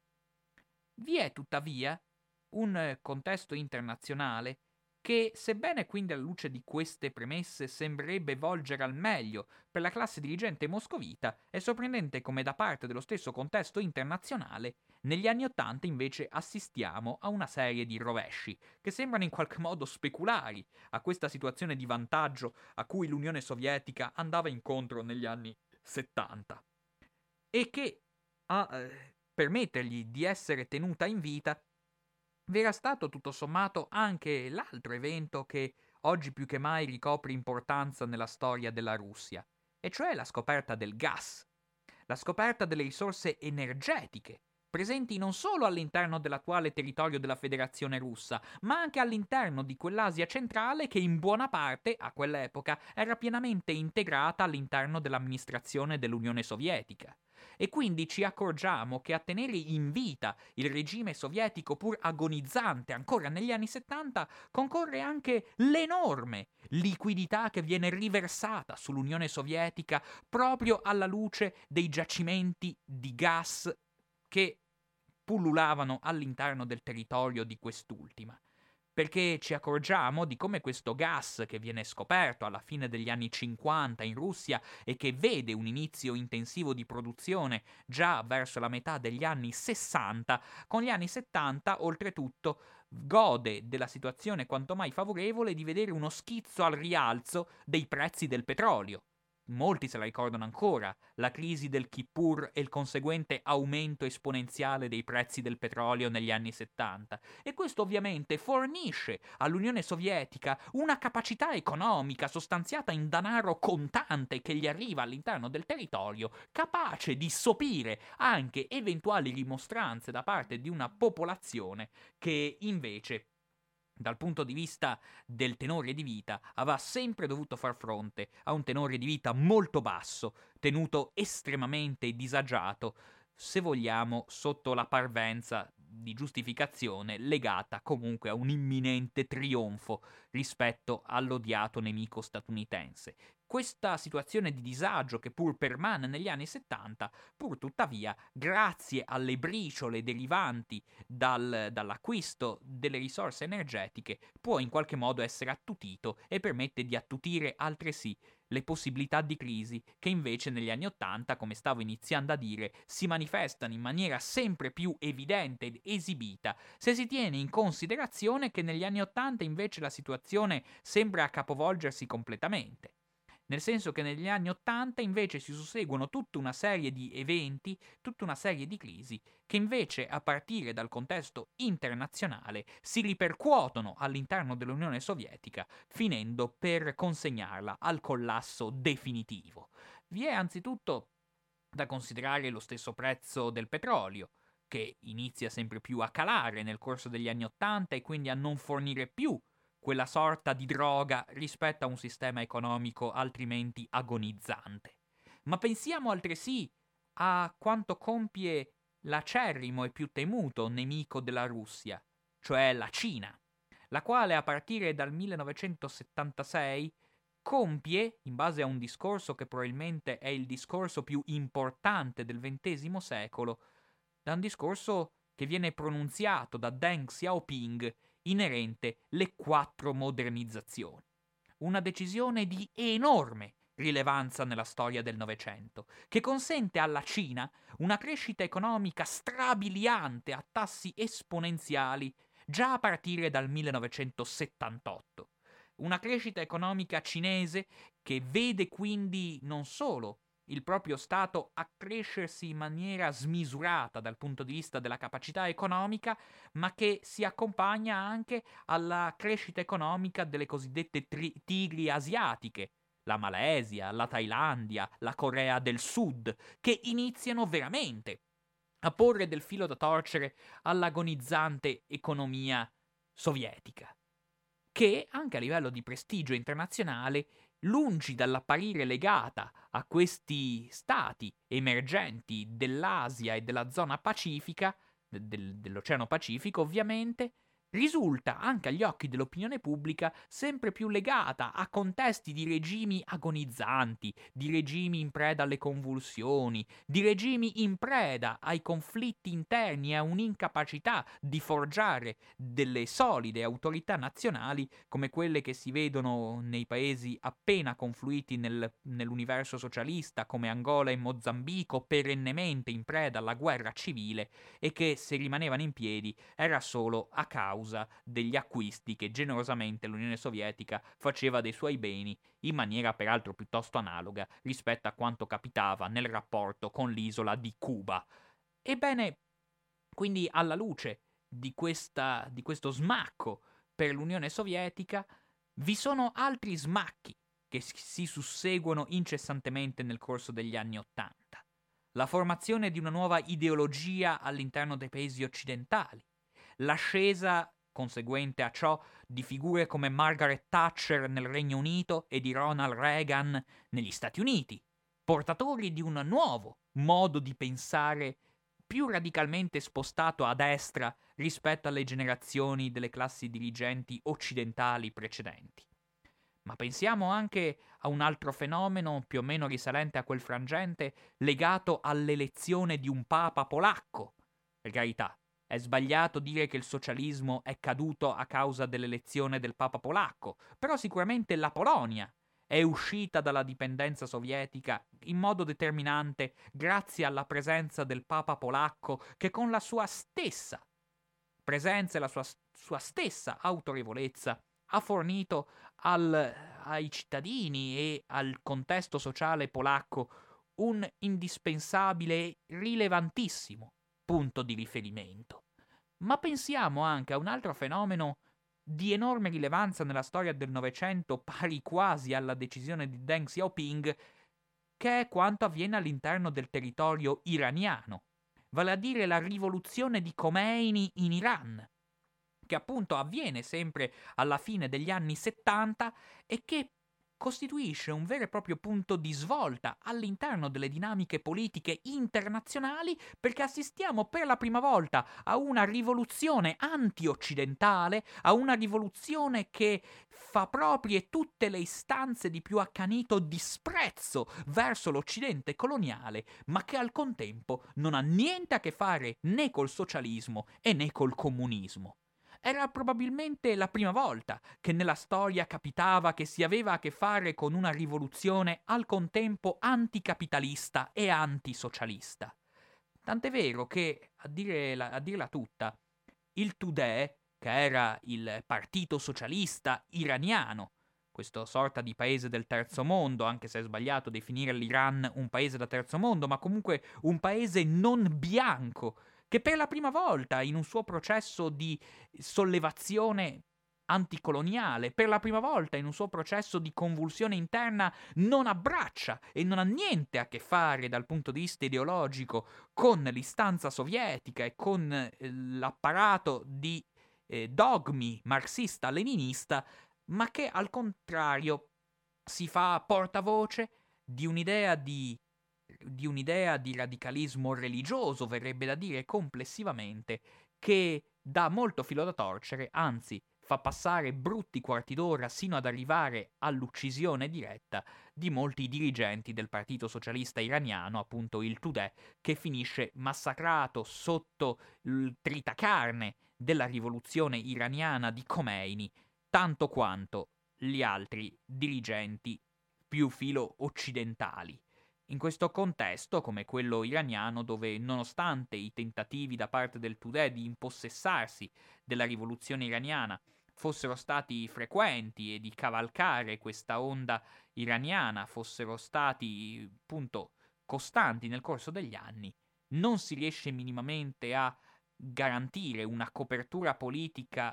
Vi è tuttavia un contesto internazionale che, sebbene quindi alla luce di queste premesse sembrerebbe volgere al meglio per la classe dirigente moscovita, è sorprendente come da parte dello stesso contesto internazionale negli anni Ottanta invece assistiamo a una serie di rovesci che sembrano in qualche modo speculari a questa situazione di vantaggio a cui l'Unione Sovietica andava incontro negli anni settanta e che a eh, permettergli di essere tenuta in vita vi era stato tutto sommato anche l'altro evento che oggi più che mai ricopre importanza nella storia della Russia, e cioè la scoperta del gas, la scoperta delle risorse energetiche presenti non solo all'interno dell'attuale territorio della Federazione Russa, ma anche all'interno di quell'Asia centrale che in buona parte, a quell'epoca, era pienamente integrata all'interno dell'amministrazione dell'Unione Sovietica. E quindi ci accorgiamo che a tenere in vita il regime sovietico pur agonizzante ancora negli anni settanta concorre anche l'enorme liquidità che viene riversata sull'Unione Sovietica proprio alla luce dei giacimenti di gas che pullulavano all'interno del territorio di quest'ultima. Perché ci accorgiamo di come questo gas che viene scoperto alla fine degli anni cinquanta in Russia e che vede un inizio intensivo di produzione già verso la metà degli anni sessanta, con gli anni settanta oltretutto gode della situazione quanto mai favorevole di vedere uno schizzo al rialzo dei prezzi del petrolio. Molti se la ricordano ancora, la crisi del Kippur e il conseguente aumento esponenziale dei prezzi del petrolio negli anni settanta. E questo ovviamente fornisce all'Unione Sovietica una capacità economica sostanziata in denaro contante che gli arriva all'interno del territorio, capace di sopire anche eventuali rimostranze da parte di una popolazione che invece, dal punto di vista del tenore di vita, aveva sempre dovuto far fronte a un tenore di vita molto basso, tenuto estremamente disagiato, se vogliamo, sotto la parvenza di giustificazione legata comunque a un imminente trionfo rispetto all'odiato nemico statunitense, questa situazione di disagio che pur permane negli anni settanta, pur tuttavia, grazie alle briciole derivanti dal, dall'acquisto delle risorse energetiche, può in qualche modo essere attutito e permette di attutire altresì le possibilità di crisi che invece negli anni Ottanta, come stavo iniziando a dire, si manifestano in maniera sempre più evidente ed esibita, se si tiene in considerazione che negli anni Ottanta invece la situazione sembra capovolgersi completamente. Nel senso che negli anni Ottanta invece si susseguono tutta una serie di eventi, tutta una serie di crisi che invece a partire dal contesto internazionale si ripercuotono all'interno dell'Unione Sovietica, finendo per consegnarla al collasso definitivo. Vi è anzitutto da considerare lo stesso prezzo del petrolio, che inizia sempre più a calare nel corso degli anni Ottanta e quindi a non fornire più quella sorta di droga rispetto a un sistema economico altrimenti agonizzante. Ma pensiamo altresì a quanto compie l'acerrimo e più temuto nemico della Russia, cioè la Cina, la quale a partire dal millenovecentosettantasei compie, in base a un discorso che probabilmente è il discorso più importante del ventesimo secolo, da un discorso che viene pronunziato da Deng Xiaoping inerente le quattro modernizzazioni. Una decisione di enorme rilevanza nella storia del Novecento, che consente alla Cina una crescita economica strabiliante a tassi esponenziali già a partire dal millenovecentosettantotto. Una crescita economica cinese che vede quindi non solo il proprio Stato accrescersi in maniera smisurata dal punto di vista della capacità economica, ma che si accompagna anche alla crescita economica delle cosiddette tri- tigri asiatiche, la Malesia, la Thailandia, la Corea del Sud, che iniziano veramente a porre del filo da torcere all'agonizzante economia sovietica, che anche a livello di prestigio internazionale, lungi dall'apparire legata a questi stati emergenti dell'Asia e della zona pacifica, del, dell'Oceano Pacifico ovviamente, risulta anche agli occhi dell'opinione pubblica sempre più legata a contesti di regimi agonizzanti, di regimi in preda alle convulsioni, di regimi in preda ai conflitti interni e a un'incapacità di forgiare delle solide autorità nazionali come quelle che si vedono nei paesi appena confluiti nel, nell'universo socialista come Angola e Mozambico, perennemente in preda alla guerra civile e che se rimanevano in piedi era solo a causa degli acquisti che generosamente l'Unione Sovietica faceva dei suoi beni in maniera peraltro piuttosto analoga rispetto a quanto capitava nel rapporto con l'isola di Cuba. Ebbene, quindi alla luce di, questa, di questo smacco per l'Unione Sovietica, vi sono altri smacchi che si susseguono incessantemente nel corso degli anni Ottanta. La formazione di una nuova ideologia all'interno dei paesi occidentali, l'ascesa conseguente a ciò di figure come Margaret Thatcher nel Regno Unito e di Ronald Reagan negli Stati Uniti, portatori di un nuovo modo di pensare più radicalmente spostato a destra rispetto alle generazioni delle classi dirigenti occidentali precedenti. Ma pensiamo anche a un altro fenomeno più o meno risalente a quel frangente legato all'elezione di un papa polacco. Per carità, è sbagliato dire che il socialismo è caduto a causa dell'elezione del papa polacco, però sicuramente la Polonia è uscita dalla dipendenza sovietica in modo determinante grazie alla presenza del papa polacco che con la sua stessa presenza e la sua, sua stessa autorevolezza ha fornito al, ai cittadini e al contesto sociale polacco un indispensabile e rilevantissimo punto di riferimento. Ma pensiamo anche a un altro fenomeno di enorme rilevanza nella storia del Novecento, pari quasi alla decisione di Deng Xiaoping, che è quanto avviene all'interno del territorio iraniano, vale a dire la rivoluzione di Khomeini in Iran, che appunto avviene sempre alla fine degli anni settanta e che costituisce un vero e proprio punto di svolta all'interno delle dinamiche politiche internazionali, perché assistiamo per la prima volta a una rivoluzione anti-occidentale, a una rivoluzione che fa proprie tutte le istanze di più accanito disprezzo verso l'Occidente coloniale, ma che al contempo non ha niente a che fare né col socialismo e né col comunismo. Era probabilmente la prima volta che nella storia capitava che si aveva a che fare con una rivoluzione al contempo anticapitalista e antisocialista. Tant'è vero che, a, dire la, a dirla tutta, il Tudeh, che era il partito socialista iraniano, questo sorta di paese del terzo mondo, anche se è sbagliato definire l'Iran un paese da terzo mondo, ma comunque un paese non bianco, che per la prima volta in un suo processo di sollevazione anticoloniale, per la prima volta in un suo processo di convulsione interna, non abbraccia e non ha niente a che fare dal punto di vista ideologico con l'istanza sovietica e con eh, l'apparato di eh, dogmi marxista-leninista, ma che al contrario si fa portavoce di un'idea di di un'idea di radicalismo religioso, verrebbe da dire complessivamente, che dà molto filo da torcere, anzi fa passare brutti quarti d'ora sino ad arrivare all'uccisione diretta di molti dirigenti del Partito Socialista Iraniano, appunto il Tudeh, che finisce massacrato sotto il tritacarne della rivoluzione iraniana di Khomeini, tanto quanto gli altri dirigenti più filo occidentali. In questo contesto, come quello iraniano, dove nonostante i tentativi da parte del Tudeh di impossessarsi della rivoluzione iraniana fossero stati frequenti e di cavalcare questa onda iraniana fossero stati appunto costanti nel corso degli anni, non si riesce minimamente a garantire una copertura politica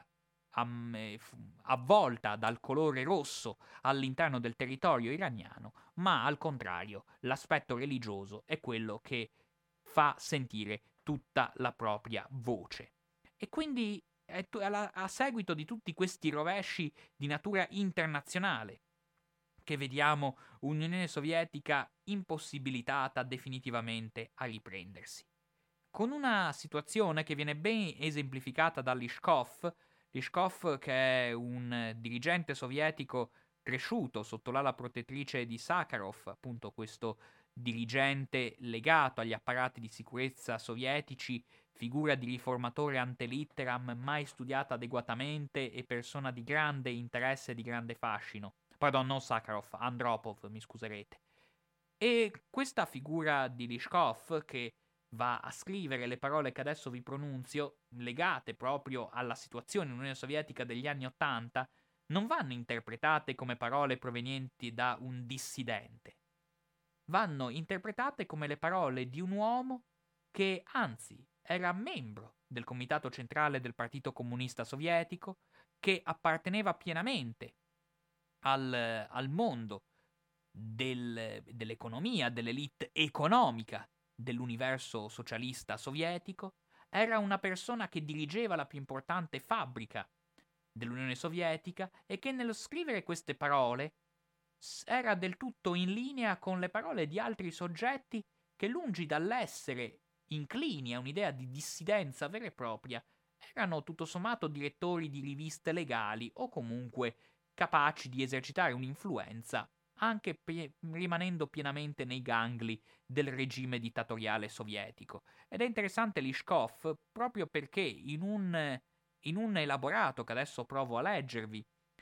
avvolta dal colore rosso all'interno del territorio iraniano, ma al contrario l'aspetto religioso è quello che fa sentire tutta la propria voce. E quindi a seguito di tutti questi rovesci di natura internazionale che vediamo un'Unione Sovietica impossibilitata definitivamente a riprendersi. Con una situazione che viene ben esemplificata da Lishkov, Lishkov che è un dirigente sovietico cresciuto sotto l'ala protettrice di Sakharov, appunto questo dirigente legato agli apparati di sicurezza sovietici, figura di riformatore ante litteram mai studiata adeguatamente e persona di grande interesse e di grande fascino. Pardon, non Sakharov, Andropov, mi scuserete. E questa figura di Lishkov, che va a scrivere le parole che adesso vi pronunzio, legate proprio alla situazione in Unione Sovietica degli anni Ottanta, non vanno interpretate come parole provenienti da un dissidente. Vanno interpretate come le parole di un uomo che, anzi, era membro del Comitato Centrale del Partito Comunista Sovietico, che apparteneva pienamente al, al mondo del, dell'economia, dell'elite economica dell'universo socialista sovietico, era una persona che dirigeva la più importante fabbrica dell'Unione Sovietica e che nello scrivere queste parole era del tutto in linea con le parole di altri soggetti che, lungi dall'essere inclini a un'idea di dissidenza vera e propria, erano tutto sommato direttori di riviste legali o comunque capaci di esercitare un'influenza anche pe- rimanendo pienamente nei gangli del regime dittatoriale sovietico. Ed è interessante Lishkov proprio perché in un, in un elaborato che adesso provo a leggervi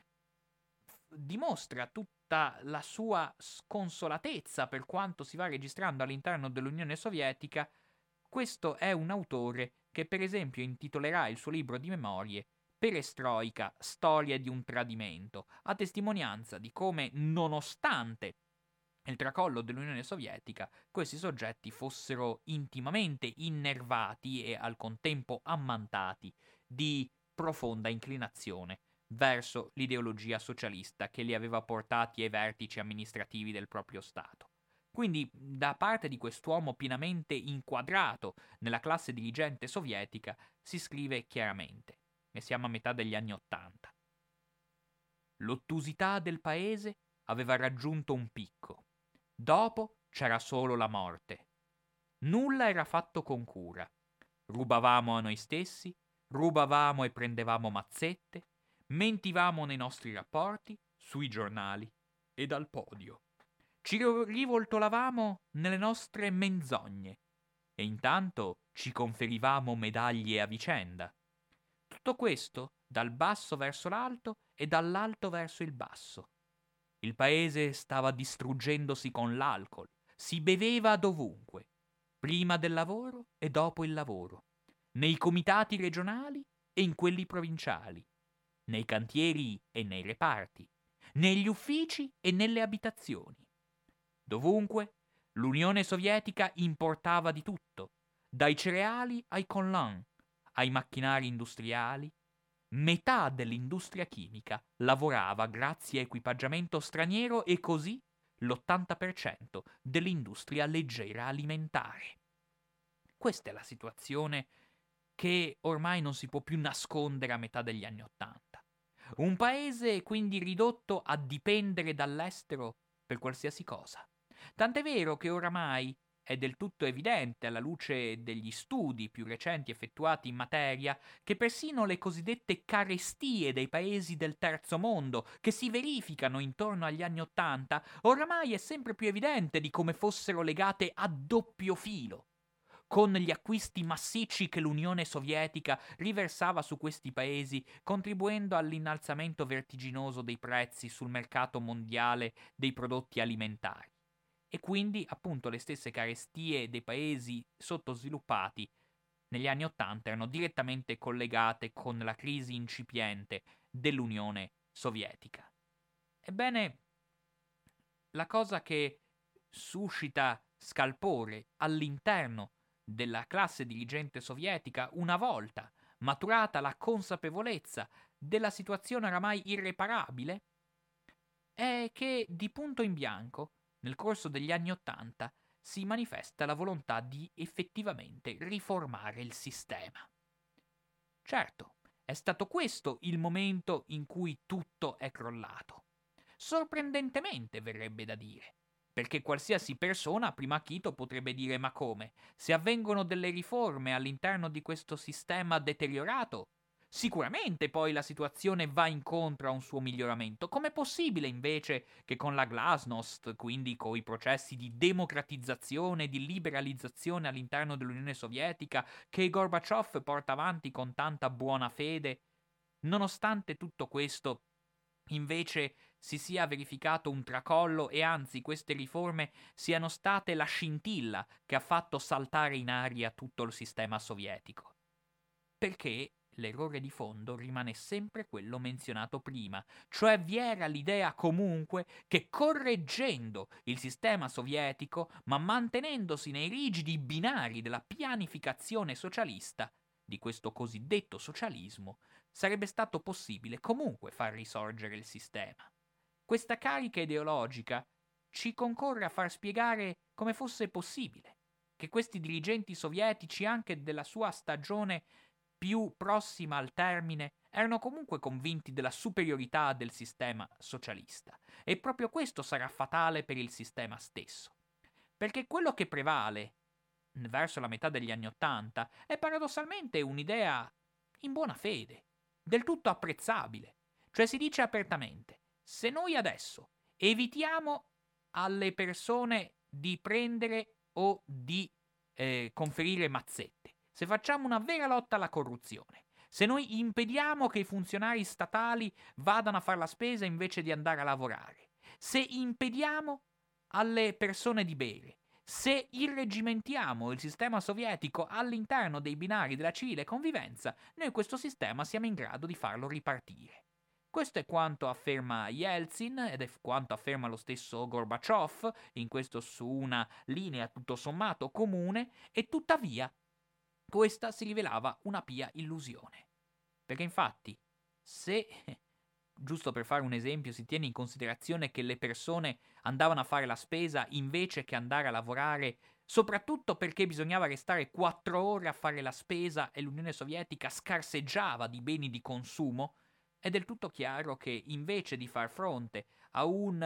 dimostra tutta la sua sconsolatezza per quanto si va registrando all'interno dell'Unione Sovietica. Questo è un autore che per esempio intitolerà il suo libro di memorie Perestroika, storia di un tradimento, a testimonianza di come, nonostante il tracollo dell'Unione Sovietica, questi soggetti fossero intimamente innervati e al contempo ammantati di profonda inclinazione verso l'ideologia socialista che li aveva portati ai vertici amministrativi del proprio Stato. Quindi, da parte di quest'uomo pienamente inquadrato nella classe dirigente sovietica, si scrive chiaramente, e siamo a metà degli anni Ottanta. L'ottusità del paese aveva raggiunto un picco. Dopo c'era solo la morte. Nulla era fatto con cura. Rubavamo a noi stessi, rubavamo e prendevamo mazzette, mentivamo nei nostri rapporti, sui giornali e dal podio. Ci rivoltolavamo nelle nostre menzogne e intanto ci conferivamo medaglie a vicenda. Tutto questo dal basso verso l'alto e dall'alto verso il basso. Il paese stava distruggendosi con l'alcol, si beveva dovunque, prima del lavoro e dopo il lavoro, nei comitati regionali e in quelli provinciali, nei cantieri e nei reparti, negli uffici e nelle abitazioni. Dovunque l'Unione Sovietica importava di tutto, dai cereali ai collant, ai macchinari industriali. Metà dell'industria chimica lavorava grazie a equipaggiamento straniero e così l'ottanta per cento dell'industria leggera alimentare. Questa è la situazione che ormai non si può più nascondere a metà degli anni Ottanta. Un paese quindi ridotto a dipendere dall'estero per qualsiasi cosa. Tant'è vero che oramai è del tutto evidente, alla luce degli studi più recenti effettuati in materia, che persino le cosiddette carestie dei paesi del terzo mondo, che si verificano intorno agli anni Ottanta, oramai è sempre più evidente di come fossero legate a doppio filo, con gli acquisti massicci che l'Unione Sovietica riversava su questi paesi, contribuendo all'innalzamento vertiginoso dei prezzi sul mercato mondiale dei prodotti alimentari. E quindi appunto le stesse carestie dei paesi sottosviluppati negli anni Ottanta erano direttamente collegate con la crisi incipiente dell'Unione Sovietica. Ebbene, la cosa che suscita scalpore all'interno della classe dirigente sovietica, una volta maturata la consapevolezza della situazione oramai irreparabile, è che di punto in bianco nel corso degli anni Ottanta si manifesta la volontà di effettivamente riformare il sistema. Certo, è stato questo il momento in cui tutto è crollato. Sorprendentemente, verrebbe da dire, perché qualsiasi persona a primo acchito potrebbe dire: ma come? Se avvengono delle riforme all'interno di questo sistema deteriorato, sicuramente poi la situazione va incontro a un suo miglioramento. Com'è possibile invece che con la glasnost, quindi con i processi di democratizzazione e di liberalizzazione all'interno dell'Unione Sovietica, che Gorbaciov porta avanti con tanta buona fede, nonostante tutto questo, invece si sia verificato un tracollo e anzi queste riforme siano state la scintilla che ha fatto saltare in aria tutto il sistema sovietico? Perché l'errore di fondo rimane sempre quello menzionato prima, cioè vi era l'idea comunque che correggendo il sistema sovietico, ma mantenendosi nei rigidi binari della pianificazione socialista, di questo cosiddetto socialismo, sarebbe stato possibile comunque far risorgere il sistema. Questa carica ideologica ci concorre a far spiegare come fosse possibile che questi dirigenti sovietici, anche della sua stagione più prossima al termine, erano comunque convinti della superiorità del sistema socialista. E proprio questo sarà fatale per il sistema stesso. Perché quello che prevale verso la metà degli anni Ottanta è paradossalmente un'idea in buona fede, del tutto apprezzabile. Cioè si dice apertamente: se noi adesso evitiamo alle persone di prendere o di eh, conferire mazzette, se facciamo una vera lotta alla corruzione, se noi impediamo che i funzionari statali vadano a fare la spesa invece di andare a lavorare, se impediamo alle persone di bere, se irregimentiamo il sistema sovietico all'interno dei binari della civile convivenza, noi questo sistema siamo in grado di farlo ripartire. Questo è quanto afferma Yeltsin ed è quanto afferma lo stesso Gorbaciov, in questo su una linea tutto sommato comune, e tuttavia questa si rivelava una pia illusione. Perché infatti, se, giusto per fare un esempio, si tiene in considerazione che le persone andavano a fare la spesa invece che andare a lavorare, soprattutto perché bisognava restare quattro ore a fare la spesa e l'Unione Sovietica scarseggiava di beni di consumo, è del tutto chiaro che invece di far fronte a un,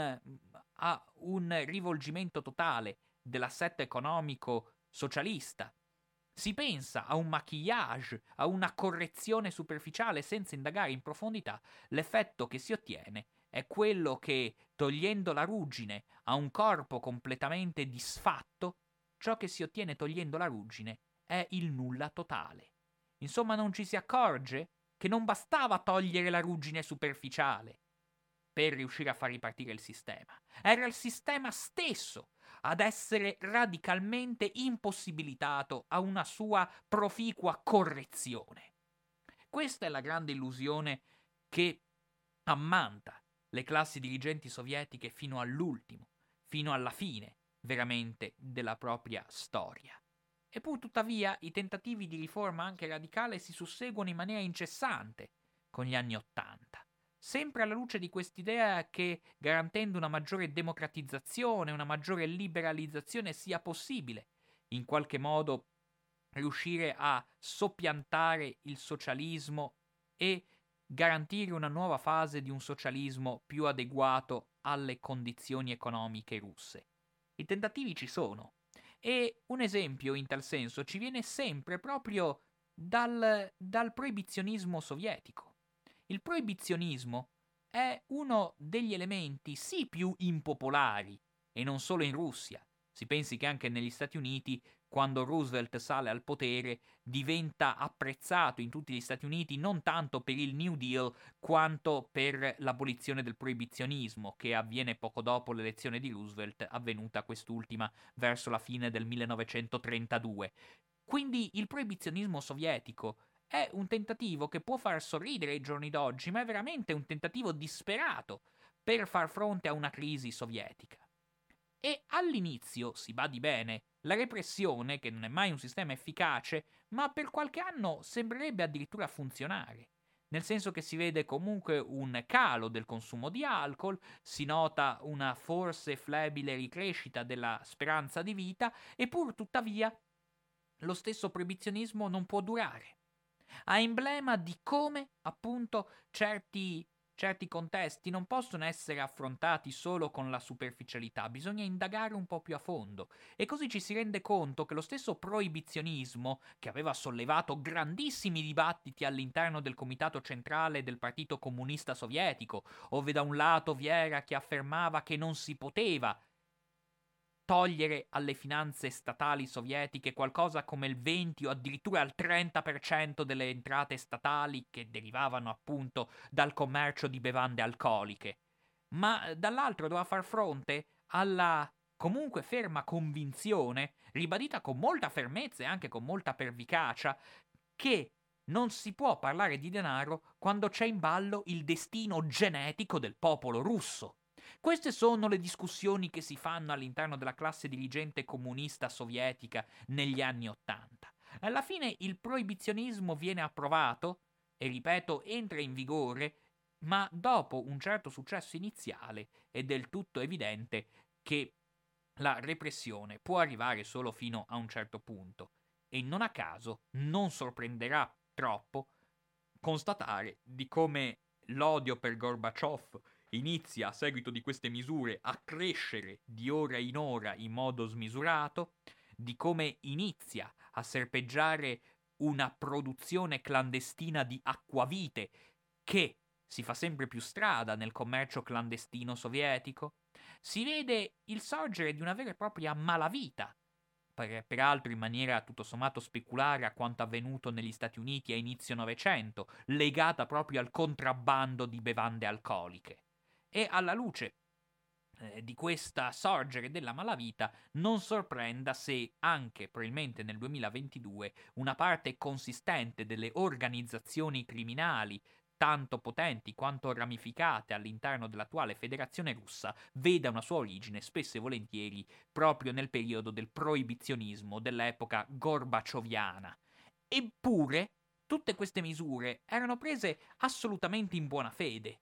a un rivolgimento totale dell'assetto economico socialista, si pensa a un maquillage, a una correzione superficiale senza indagare in profondità, l'effetto che si ottiene è quello che, togliendo la ruggine a un corpo completamente disfatto, ciò che si ottiene togliendo la ruggine è il nulla totale. Insomma, non ci si accorge che non bastava togliere la ruggine superficiale per riuscire a far ripartire il sistema. Era il sistema stesso ad essere radicalmente impossibilitato a una sua proficua correzione. Questa è la grande illusione che ammanta le classi dirigenti sovietiche fino all'ultimo, fino alla fine, veramente, della propria storia. Eppur tuttavia i tentativi di riforma anche radicale si susseguono in maniera incessante con gli anni Ottanta, sempre alla luce di quest'idea che, garantendo una maggiore democratizzazione, una maggiore liberalizzazione, sia possibile, in qualche modo, riuscire a soppiantare il socialismo e garantire una nuova fase di un socialismo più adeguato alle condizioni economiche russe. I tentativi ci sono. E un esempio in tal senso ci viene sempre proprio dal, dal proibizionismo sovietico. Il proibizionismo è uno degli elementi sì più impopolari, e non solo in Russia. Si pensi che anche negli Stati Uniti, quando Roosevelt sale al potere, diventa apprezzato in tutti gli Stati Uniti non tanto per il New Deal quanto per l'abolizione del proibizionismo, che avviene poco dopo l'elezione di Roosevelt, avvenuta quest'ultima verso la fine del millenovecentotrentadue. Quindi il proibizionismo sovietico è un tentativo che può far sorridere ai giorni d'oggi, ma è veramente un tentativo disperato per far fronte a una crisi sovietica. E all'inizio, si badi bene, la repressione, che non è mai un sistema efficace, ma per qualche anno sembrerebbe addirittura funzionare. Nel senso che si vede comunque un calo del consumo di alcol, si nota una forse flebile ricrescita della speranza di vita, e pur tuttavia lo stesso proibizionismo non può durare. A emblema di come, appunto, certi, certi contesti non possono essere affrontati solo con la superficialità, bisogna indagare un po' più a fondo. E così ci si rende conto che lo stesso proibizionismo, che aveva sollevato grandissimi dibattiti all'interno del comitato centrale del Partito Comunista Sovietico, ove da un lato vi era chi affermava che non si poteva togliere alle finanze statali sovietiche qualcosa come il venti o addirittura il trenta per cento delle entrate statali che derivavano appunto dal commercio di bevande alcoliche, ma dall'altro doveva far fronte alla comunque ferma convinzione, ribadita con molta fermezza e anche con molta pervicacia, che non si può parlare di denaro quando c'è in ballo il destino genetico del popolo russo. Queste sono le discussioni che si fanno all'interno della classe dirigente comunista sovietica negli anni Ottanta. Alla fine il proibizionismo viene approvato e, ripeto, entra in vigore, ma dopo un certo successo iniziale è del tutto evidente che la repressione può arrivare solo fino a un certo punto e non a caso non sorprenderà troppo constatare di come l'odio per Gorbaciov inizia a seguito di queste misure a crescere di ora in ora in modo smisurato, di come inizia a serpeggiare una produzione clandestina di acquavite che si fa sempre più strada nel commercio clandestino sovietico. Si vede il sorgere di una vera e propria malavita, peraltro in maniera tutto sommato speculare a quanto avvenuto negli Stati Uniti a inizio Novecento, legata proprio al contrabbando di bevande alcoliche. E alla luce eh, di questa sorgere della malavita non sorprenda se anche probabilmente nel duemilaventidue una parte consistente delle organizzazioni criminali tanto potenti quanto ramificate all'interno dell'attuale federazione russa veda una sua origine spesso e volentieri proprio nel periodo del proibizionismo dell'epoca gorbacioviana. Eppure tutte queste misure erano prese assolutamente in buona fede.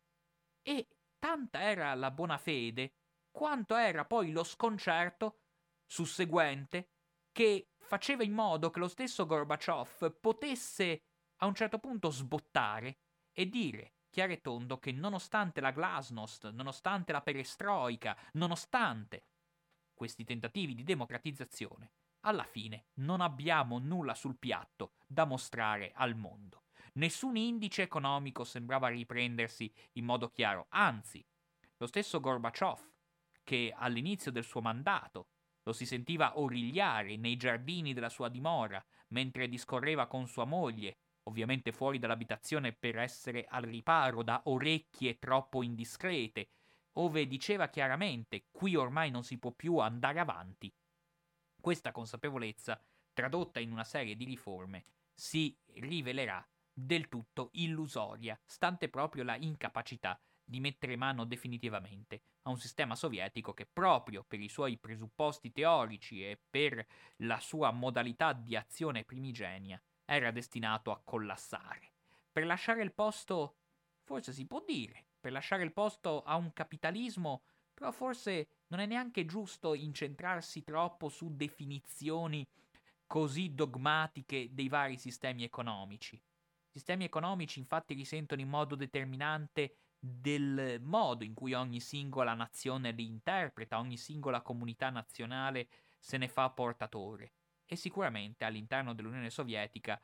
E tanta era la buona fede, quanto era poi lo sconcerto susseguente che faceva in modo che lo stesso Gorbaciov potesse a un certo punto sbottare e dire chiaro e tondo che nonostante la glasnost, nonostante la perestroica, nonostante questi tentativi di democratizzazione, alla fine non abbiamo nulla sul piatto da mostrare al mondo. Nessun indice economico sembrava riprendersi in modo chiaro, anzi, lo stesso Gorbaciov, che all'inizio del suo mandato lo si sentiva origliare nei giardini della sua dimora mentre discorreva con sua moglie, ovviamente fuori dall'abitazione per essere al riparo da orecchie troppo indiscrete, ove diceva chiaramente qui ormai non si può più andare avanti. Questa consapevolezza, tradotta in una serie di riforme, si rivelerà del tutto illusoria, stante proprio la incapacità di mettere mano definitivamente a un sistema sovietico che proprio per i suoi presupposti teorici e per la sua modalità di azione primigenia era destinato a collassare. Per lasciare il posto, forse si può dire, per lasciare il posto a un capitalismo, però forse non è neanche giusto incentrarsi troppo su definizioni così dogmatiche dei vari sistemi economici. Sistemi economici infatti risentono in modo determinante del modo in cui ogni singola nazione li interpreta, ogni singola comunità nazionale se ne fa portatore. E sicuramente all'interno dell'Unione Sovietica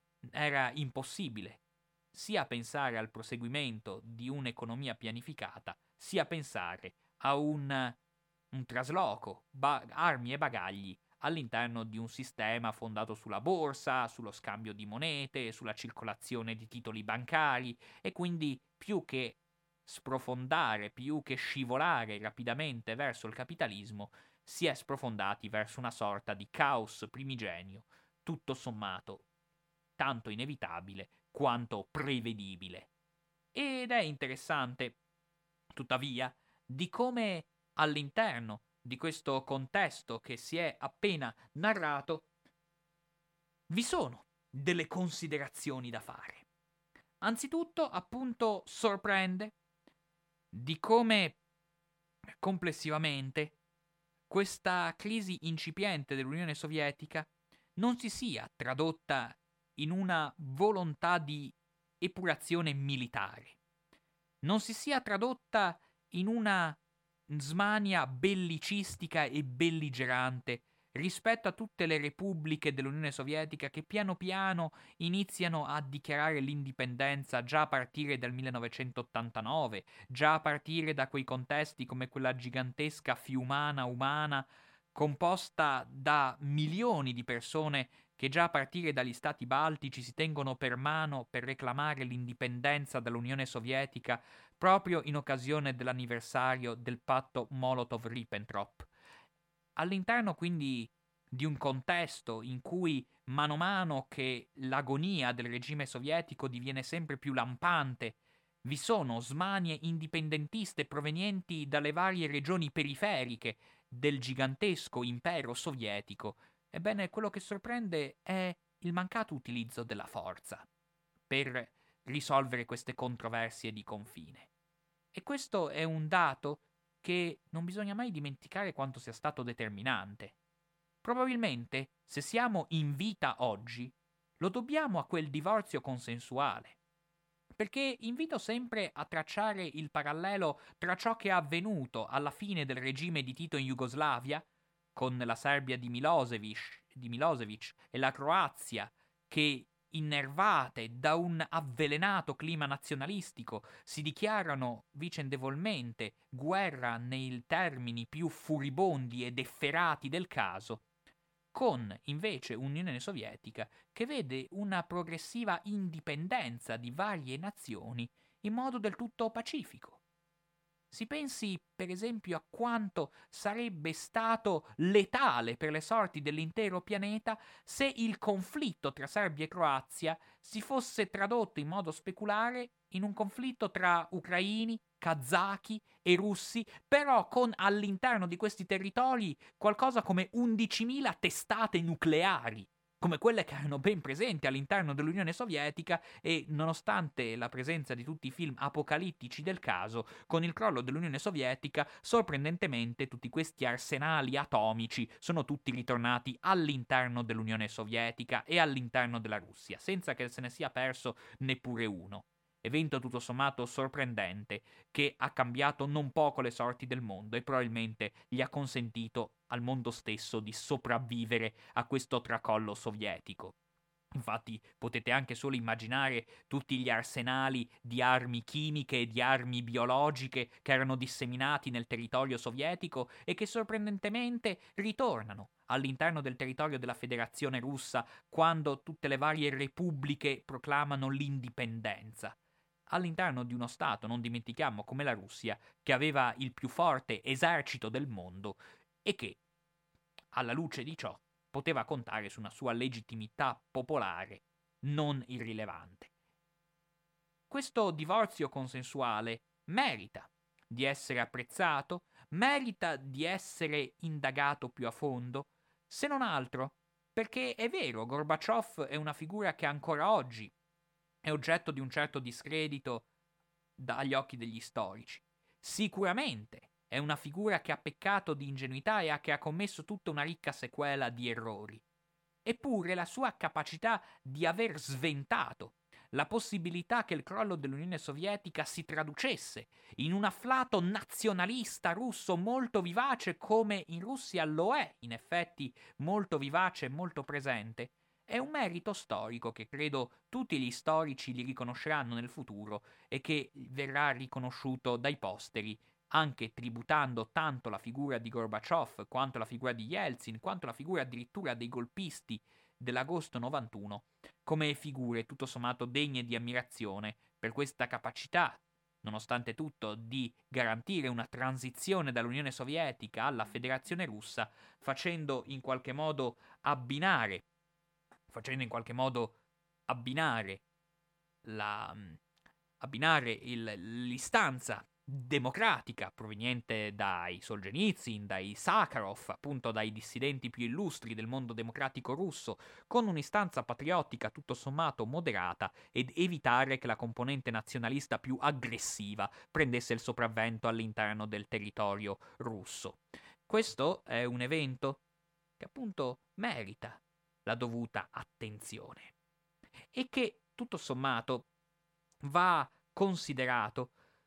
era impossibile sia pensare al proseguimento di un'economia pianificata, sia pensare a un, un trasloco, ba- armi e bagagli all'interno di un sistema fondato sulla borsa, sullo scambio di monete, sulla circolazione di titoli bancari e quindi più che sprofondare, più che scivolare rapidamente verso il capitalismo, si è sprofondati verso una sorta di caos primigenio, tutto sommato tanto inevitabile quanto prevedibile. Ed è interessante, tuttavia, di come all'interno di questo contesto che si è appena narrato vi sono delle considerazioni da fare. Anzitutto, appunto, sorprende di come complessivamente questa crisi incipiente dell'Unione Sovietica non si sia tradotta in una volontà di epurazione militare, non si sia tradotta in una smania bellicistica e belligerante rispetto a tutte le repubbliche dell'Unione Sovietica che piano piano iniziano a dichiarare l'indipendenza già a partire dal millenovecentottantanove, già a partire da quei contesti come quella gigantesca fiumana umana composta da milioni di persone che già a partire dagli stati baltici si tengono per mano per reclamare l'indipendenza dall'Unione Sovietica proprio in occasione dell'anniversario del patto Molotov-Ribbentrop. All'interno quindi di un contesto in cui mano a mano che l'agonia del regime sovietico diviene sempre più lampante, vi sono smanie indipendentiste provenienti dalle varie regioni periferiche del gigantesco impero sovietico, ebbene quello che sorprende è il mancato utilizzo della forza per risolvere queste controversie di confine. E questo è un dato che non bisogna mai dimenticare quanto sia stato determinante. Probabilmente, se siamo in vita oggi, lo dobbiamo a quel divorzio consensuale. Perché invito sempre a tracciare il parallelo tra ciò che è avvenuto alla fine del regime di Tito in Jugoslavia, con la Serbia di Milosevic, di Milosevic e la Croazia, che innervate da un avvelenato clima nazionalistico si dichiarano vicendevolmente guerra nei termini più furibondi ed efferati del caso, con invece un'Unione Sovietica che vede una progressiva indipendenza di varie nazioni in modo del tutto pacifico. Si pensi, per esempio, a quanto sarebbe stato letale per le sorti dell'intero pianeta se il conflitto tra Serbia e Croazia si fosse tradotto in modo speculare in un conflitto tra ucraini, kazaki e russi, però con all'interno di questi territori qualcosa come undicimila testate nucleari, come quelle che erano ben presenti all'interno dell'Unione Sovietica e, nonostante la presenza di tutti i film apocalittici del caso, con il crollo dell'Unione Sovietica, sorprendentemente tutti questi arsenali atomici sono tutti ritornati all'interno dell'Unione Sovietica e all'interno della Russia, senza che se ne sia perso neppure uno. evento tutto sommato sorprendente che ha cambiato non poco le sorti del mondo e probabilmente gli ha consentito al mondo stesso di sopravvivere a questo tracollo sovietico. Infatti potete anche solo immaginare tutti gli arsenali di armi chimiche e di armi biologiche che erano disseminati nel territorio sovietico e che sorprendentemente ritornano all'interno del territorio della Federazione Russa quando tutte le varie repubbliche proclamano l'indipendenza. All'interno di uno Stato, non dimentichiamo, come la Russia, che aveva il più forte esercito del mondo e che, alla luce di ciò, poteva contare su una sua legittimità popolare non irrilevante. Questo divorzio consensuale merita di essere apprezzato, merita di essere indagato più a fondo, se non altro perché è vero, Gorbaciov è una figura che ancora oggi è oggetto di un certo discredito dagli occhi degli storici. Sicuramente è una figura che ha peccato di ingenuità e che ha commesso tutta una ricca sequela di errori. Eppure la sua capacità di aver sventato la possibilità che il crollo dell'Unione Sovietica si traducesse in un afflato nazionalista russo molto vivace come in Russia lo è, in effetti molto vivace e molto presente, è un merito storico che credo tutti gli storici gli riconosceranno nel futuro e che verrà riconosciuto dai posteri, anche tributando tanto la figura di Gorbaciov quanto la figura di Yeltsin, quanto la figura addirittura dei golpisti dell'agosto novantuno, come figure tutto sommato degne di ammirazione per questa capacità, nonostante tutto, di garantire una transizione dall'Unione Sovietica alla Federazione Russa, facendo in qualche modo abbinare facendo in qualche modo abbinare la, abbinare il, l'istanza democratica proveniente dai Solzhenitsyn, dai Sakharov, appunto dai dissidenti più illustri del mondo democratico russo, con un'istanza patriottica tutto sommato moderata ed evitare che la componente nazionalista più aggressiva prendesse il sopravvento all'interno del territorio russo. Questo è un evento che appunto merita la dovuta attenzione e che tutto sommato va considerato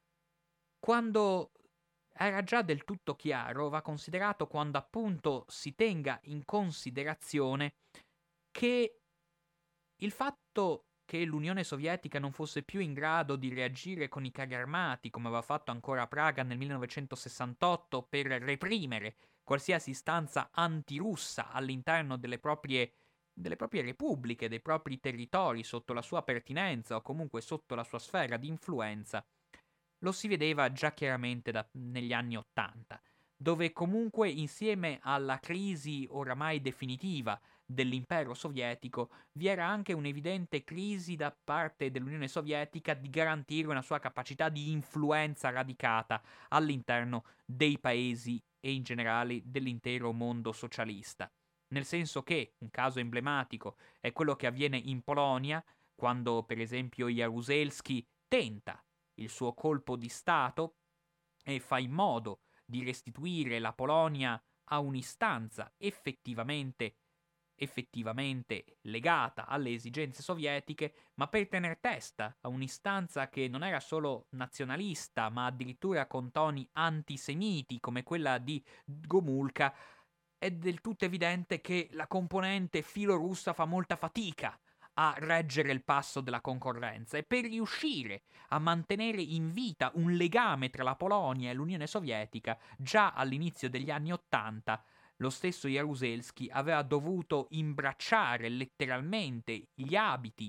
quando era già del tutto chiaro, va considerato quando appunto si tenga in considerazione che il fatto che l'Unione Sovietica non fosse più in grado di reagire con i carri armati, come aveva fatto ancora a Praga nel millenovecentosessantotto, per reprimere qualsiasi istanza antirussa all'interno delle proprie, delle proprie repubbliche, dei propri territori, sotto la sua pertinenza o comunque sotto la sua sfera di influenza, lo si vedeva già chiaramente da, negli anni Ottanta, dove comunque insieme alla crisi oramai definitiva dell'impero sovietico vi era anche un'evidente crisi da parte dell'Unione Sovietica di garantire una sua capacità di influenza radicata all'interno dei paesi e in generale dell'intero mondo socialista. Nel senso che, un caso emblematico è quello che avviene in Polonia, quando per esempio Jaruzelski tenta il suo colpo di Stato e fa in modo di restituire la Polonia a un'istanza effettivamente effettivamente legata alle esigenze sovietiche, ma per tener testa a un'istanza che non era solo nazionalista, ma addirittura con toni antisemiti come quella di Gomulka, è del tutto evidente che la componente filorussa fa molta fatica a reggere il passo della concorrenza e per riuscire a mantenere in vita un legame tra la Polonia e l'Unione Sovietica già all'inizio degli anni Ottanta lo stesso Jaruzelski aveva dovuto imbracciare letteralmente gli abiti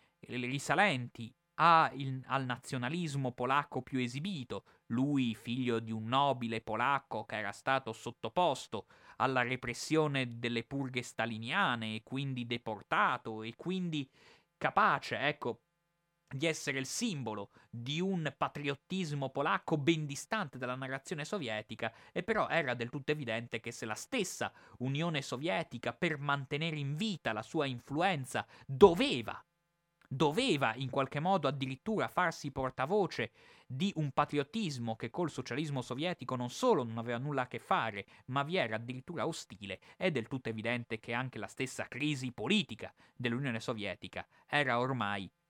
risalenti a il, al nazionalismo polacco più esibito, lui figlio di un nobile polacco che era stato sottoposto alla repressione delle purghe staliniane e quindi deportato e quindi capace, ecco, di essere il simbolo di un patriottismo polacco ben distante dalla narrazione sovietica, e però era del tutto evidente che se la stessa Unione Sovietica, per mantenere in vita la sua influenza, doveva doveva in qualche modo addirittura farsi portavoce di un patriottismo che col socialismo sovietico non solo non aveva nulla a che fare, ma vi era addirittura ostile, è del tutto evidente che anche la stessa crisi politica dell'Unione Sovietica era ormai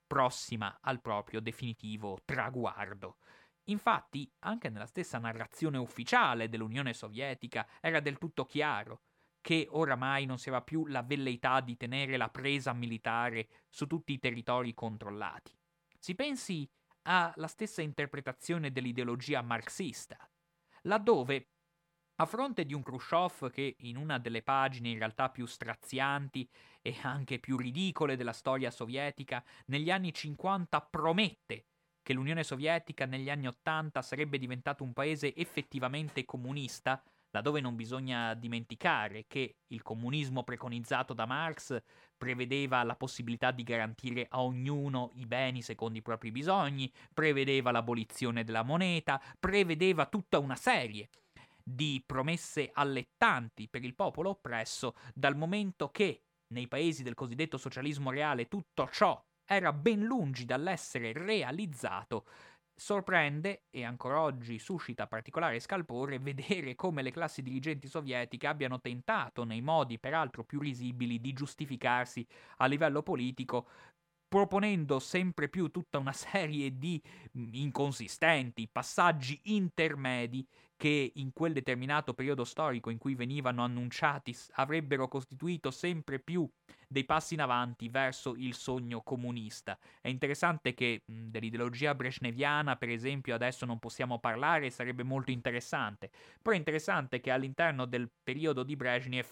prossima al proprio definitivo traguardo. Infatti, anche nella stessa narrazione ufficiale dell'Unione Sovietica era del tutto chiaro che oramai non si aveva più la velleità di tenere la presa militare su tutti i territori controllati. Si pensi alla stessa interpretazione dell'ideologia marxista, laddove, a fronte di un Khrushchev che in una delle pagine in realtà più strazianti e anche più ridicole della storia sovietica, negli anni cinquanta promette che l'Unione Sovietica negli anni ottanta sarebbe diventato un paese effettivamente comunista, laddove non bisogna dimenticare che il comunismo preconizzato da Marx prevedeva la possibilità di garantire a ognuno i beni secondo i propri bisogni, prevedeva l'abolizione della moneta, prevedeva tutta una serie di promesse allettanti per il popolo oppresso, dal momento che nei paesi del cosiddetto socialismo reale tutto ciò era ben lungi dall'essere realizzato. Sorprende, e ancora oggi suscita particolare scalpore, vedere come le classi dirigenti sovietiche abbiano tentato, nei modi peraltro più risibili, di giustificarsi a livello politico, proponendo sempre più tutta una serie di inconsistenti passaggi intermedi che in quel determinato periodo storico in cui venivano annunciati avrebbero costituito sempre più dei passi in avanti verso il sogno comunista. È interessante che mh, dell'ideologia brezhneviana, per esempio, adesso non possiamo parlare, sarebbe molto interessante, però è interessante che all'interno del periodo di Brezhnev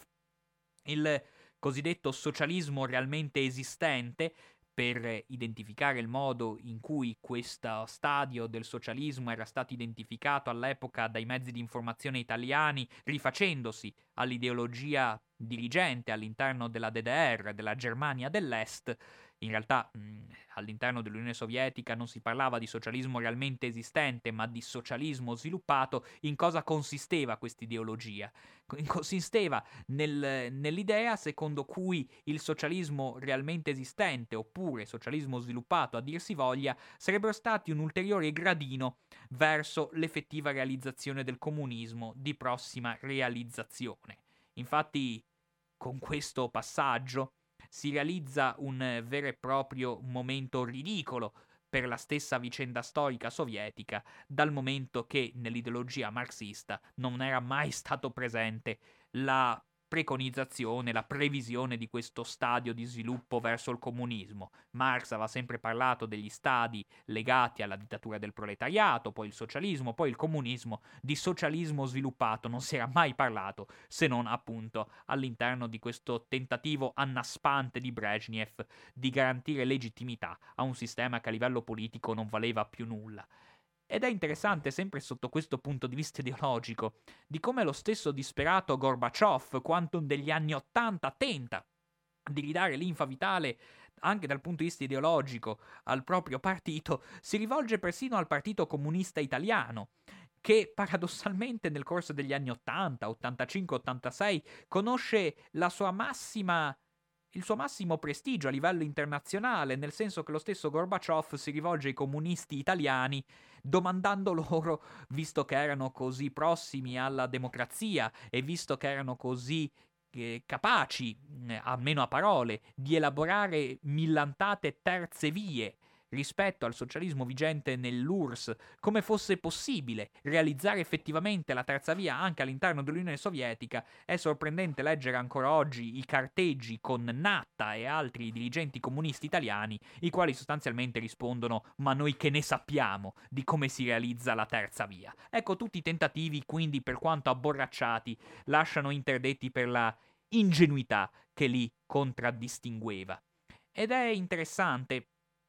il cosiddetto socialismo realmente esistente, per identificare il modo in cui questo stadio del socialismo era stato identificato all'epoca dai mezzi di informazione italiani, rifacendosi all'ideologia dirigente all'interno della D D R, della Germania dell'Est. In realtà mh, all'interno dell'Unione Sovietica non si parlava di socialismo realmente esistente, ma di socialismo sviluppato. In cosa consisteva questa ideologia? Consisteva nel, nell'idea secondo cui il socialismo realmente esistente, oppure socialismo sviluppato a dir si voglia, sarebbero stati un ulteriore gradino verso l'effettiva realizzazione del comunismo di prossima realizzazione. Infatti, con questo passaggio si realizza un vero e proprio momento ridicolo per la stessa vicenda storica sovietica, dal momento che nell'ideologia marxista non era mai stato presente la preconizzazione, la previsione di questo stadio di sviluppo verso il comunismo. Marx aveva sempre parlato degli stadi legati alla dittatura del proletariato, poi il socialismo, poi il comunismo. Di socialismo sviluppato non si era mai parlato, se non appunto all'interno di questo tentativo annaspante di Brezhnev di garantire legittimità a un sistema che a livello politico non valeva più nulla. Ed è interessante, sempre sotto questo punto di vista ideologico, di come lo stesso disperato Gorbaciov, quantum degli anni Ottanta, tenta di ridare linfa vitale anche dal punto di vista ideologico al proprio partito, si rivolge persino al Partito Comunista Italiano, che paradossalmente nel corso degli anni ottanta, ottantacinque, ottantasei conosce la sua massima il suo massimo prestigio a livello internazionale, nel senso che lo stesso Gorbaciov si rivolge ai comunisti italiani domandando loro, visto che erano così prossimi alla democrazia e visto che erano così eh, capaci, almeno a parole, di elaborare millantate terze vie rispetto al socialismo vigente nell'U R S S, come fosse possibile realizzare effettivamente la terza via anche all'interno dell'Unione Sovietica. È sorprendente leggere ancora oggi i carteggi con Natta e altri dirigenti comunisti italiani, i quali sostanzialmente rispondono: ma noi che ne sappiamo di come si realizza la terza via. Ecco, tutti i tentativi, quindi, per quanto abborracciati, lasciano interdetti per la ingenuità che li contraddistingueva. Ed è interessante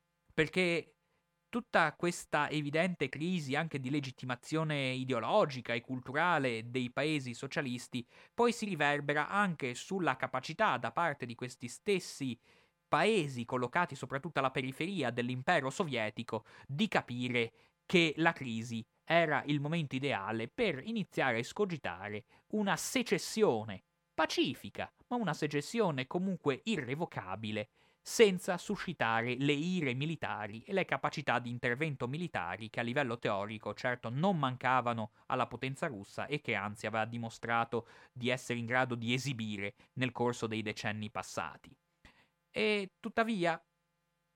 perché tutta questa evidente crisi anche di legittimazione ideologica e culturale dei paesi socialisti poi si riverbera anche sulla capacità da parte di questi stessi paesi collocati soprattutto alla periferia dell'impero sovietico di capire che la crisi era il momento ideale per iniziare a escogitare una secessione pacifica, ma una secessione comunque irrevocabile, senza suscitare le ire militari e le capacità di intervento militari che a livello teorico certo non mancavano alla potenza russa e che anzi aveva dimostrato di essere in grado di esibire nel corso dei decenni passati. E tuttavia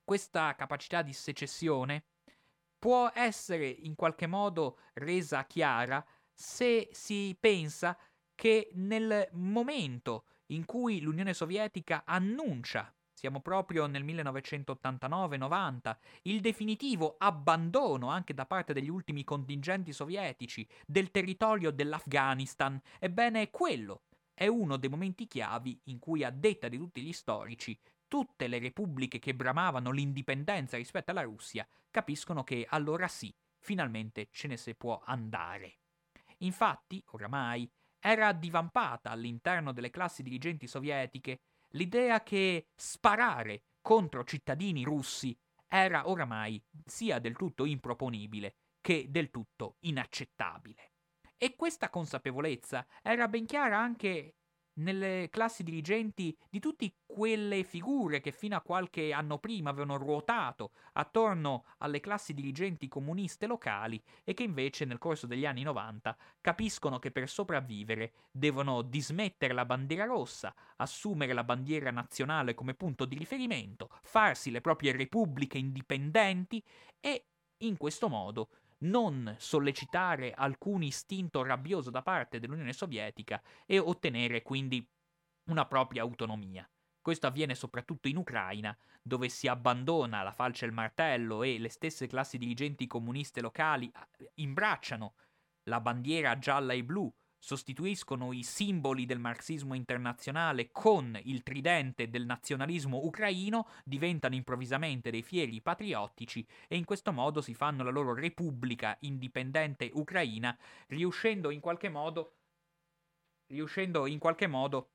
questa capacità di secessione può essere in qualche modo resa chiara se si pensa che nel momento in cui l'Unione Sovietica annuncia, siamo proprio nel millenovecentottantanove novanta, il definitivo abbandono anche da parte degli ultimi contingenti sovietici del territorio dell'Afghanistan, ebbene quello è uno dei momenti chiavi in cui, a detta di tutti gli storici, tutte le repubbliche che bramavano l'indipendenza rispetto alla Russia capiscono che allora sì, finalmente ce ne si può andare. Infatti, oramai, era divampata all'interno delle classi dirigenti sovietiche l'idea che sparare contro cittadini russi era oramai sia del tutto improponibile che del tutto inaccettabile. E questa consapevolezza era ben chiara anche nelle classi dirigenti di tutte quelle figure che fino a qualche anno prima avevano ruotato attorno alle classi dirigenti comuniste locali e che invece nel corso degli anni novanta capiscono che per sopravvivere devono dismettere la bandiera rossa, assumere la bandiera nazionale come punto di riferimento, farsi le proprie repubbliche indipendenti e in questo modo non sollecitare alcun istinto rabbioso da parte dell'Unione Sovietica e ottenere quindi una propria autonomia. Questo avviene soprattutto in Ucraina, dove si abbandona la falce e il martello e le stesse classi dirigenti comuniste locali imbracciano la bandiera gialla e blu, sostituiscono i simboli del marxismo internazionale con il tridente del nazionalismo ucraino, diventano improvvisamente dei fieri patriottici e in questo modo si fanno la loro repubblica indipendente ucraina, riuscendo in qualche modo riuscendo in qualche modo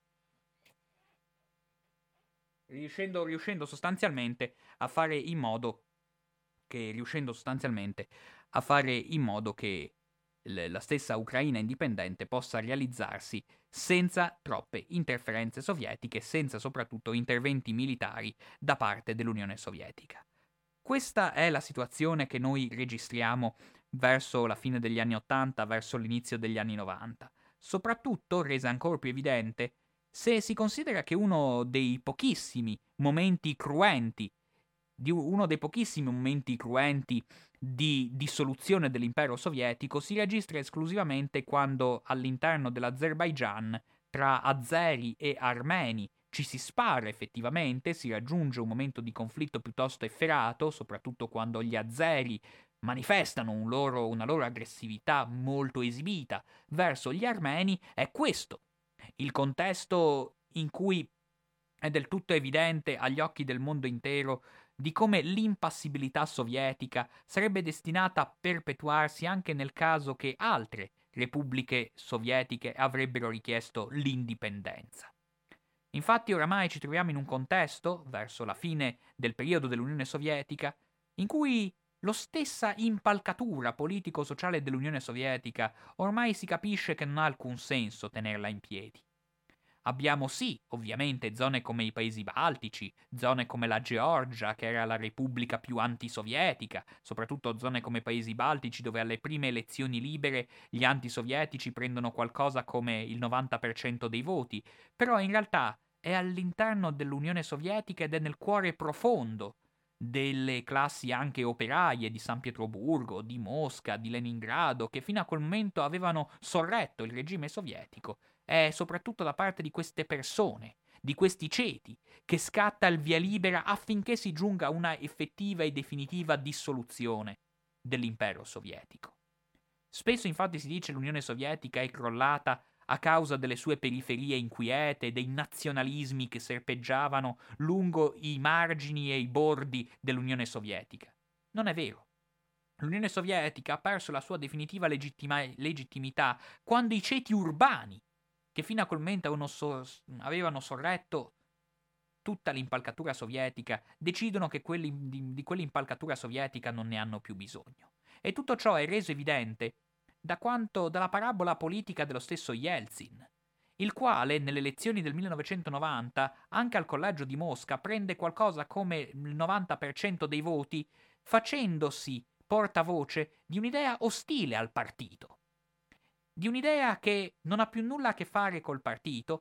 riuscendo, riuscendo sostanzialmente a fare in modo che riuscendo sostanzialmente a fare in modo che la stessa Ucraina indipendente possa realizzarsi senza troppe interferenze sovietiche, senza soprattutto interventi militari da parte dell'Unione Sovietica. Questa è la situazione che noi registriamo verso la fine degli anni ottanta, verso l'inizio degli anni novanta, soprattutto resa ancora più evidente se si considera che uno dei pochissimi momenti cruenti di uno dei pochissimi momenti cruenti di dissoluzione dell'impero sovietico si registra esclusivamente quando all'interno dell'Azerbaigian tra azeri e armeni ci si spara effettivamente, si raggiunge un momento di conflitto piuttosto efferato, soprattutto quando gli azeri manifestano un loro, una loro aggressività molto esibita verso gli armeni. È questo il contesto in cui è del tutto evidente agli occhi del mondo intero di come l'impassibilità sovietica sarebbe destinata a perpetuarsi anche nel caso che altre repubbliche sovietiche avrebbero richiesto l'indipendenza. Infatti oramai ci troviamo in un contesto, verso la fine del periodo dell'Unione Sovietica, in cui lo stessa impalcatura politico-sociale dell'Unione Sovietica ormai si capisce che non ha alcun senso tenerla in piedi. Abbiamo sì, ovviamente, zone come i paesi baltici, zone come la Georgia, che era la repubblica più antisovietica, soprattutto zone come i paesi baltici dove alle prime elezioni libere gli antisovietici prendono qualcosa come il novanta per cento dei voti, però in realtà è all'interno dell'Unione Sovietica ed è nel cuore profondo delle classi anche operaie di San Pietroburgo, di Mosca, di Leningrado, che fino a quel momento avevano sorretto il regime sovietico. È soprattutto da parte di queste persone, di questi ceti, che scatta il via libera affinché si giunga a una effettiva e definitiva dissoluzione dell'impero sovietico. Spesso infatti si dice che l'Unione Sovietica è crollata a causa delle sue periferie inquiete, dei nazionalismi che serpeggiavano lungo i margini e i bordi dell'Unione Sovietica. Non è vero. L'Unione Sovietica ha perso la sua definitiva legittima- legittimità quando i ceti urbani, che fino a quel momento avevano, so- avevano sorretto tutta l'impalcatura sovietica, decidono che quelli, di, di quell'impalcatura sovietica non ne hanno più bisogno. E tutto ciò è reso evidente da quanto dalla parabola politica dello stesso Yeltsin, il quale nelle elezioni del millenovecentonovanta anche al collegio di Mosca prende qualcosa come il novanta per cento dei voti, facendosi portavoce di un'idea ostile al partito, di un'idea che non ha più nulla a che fare col partito,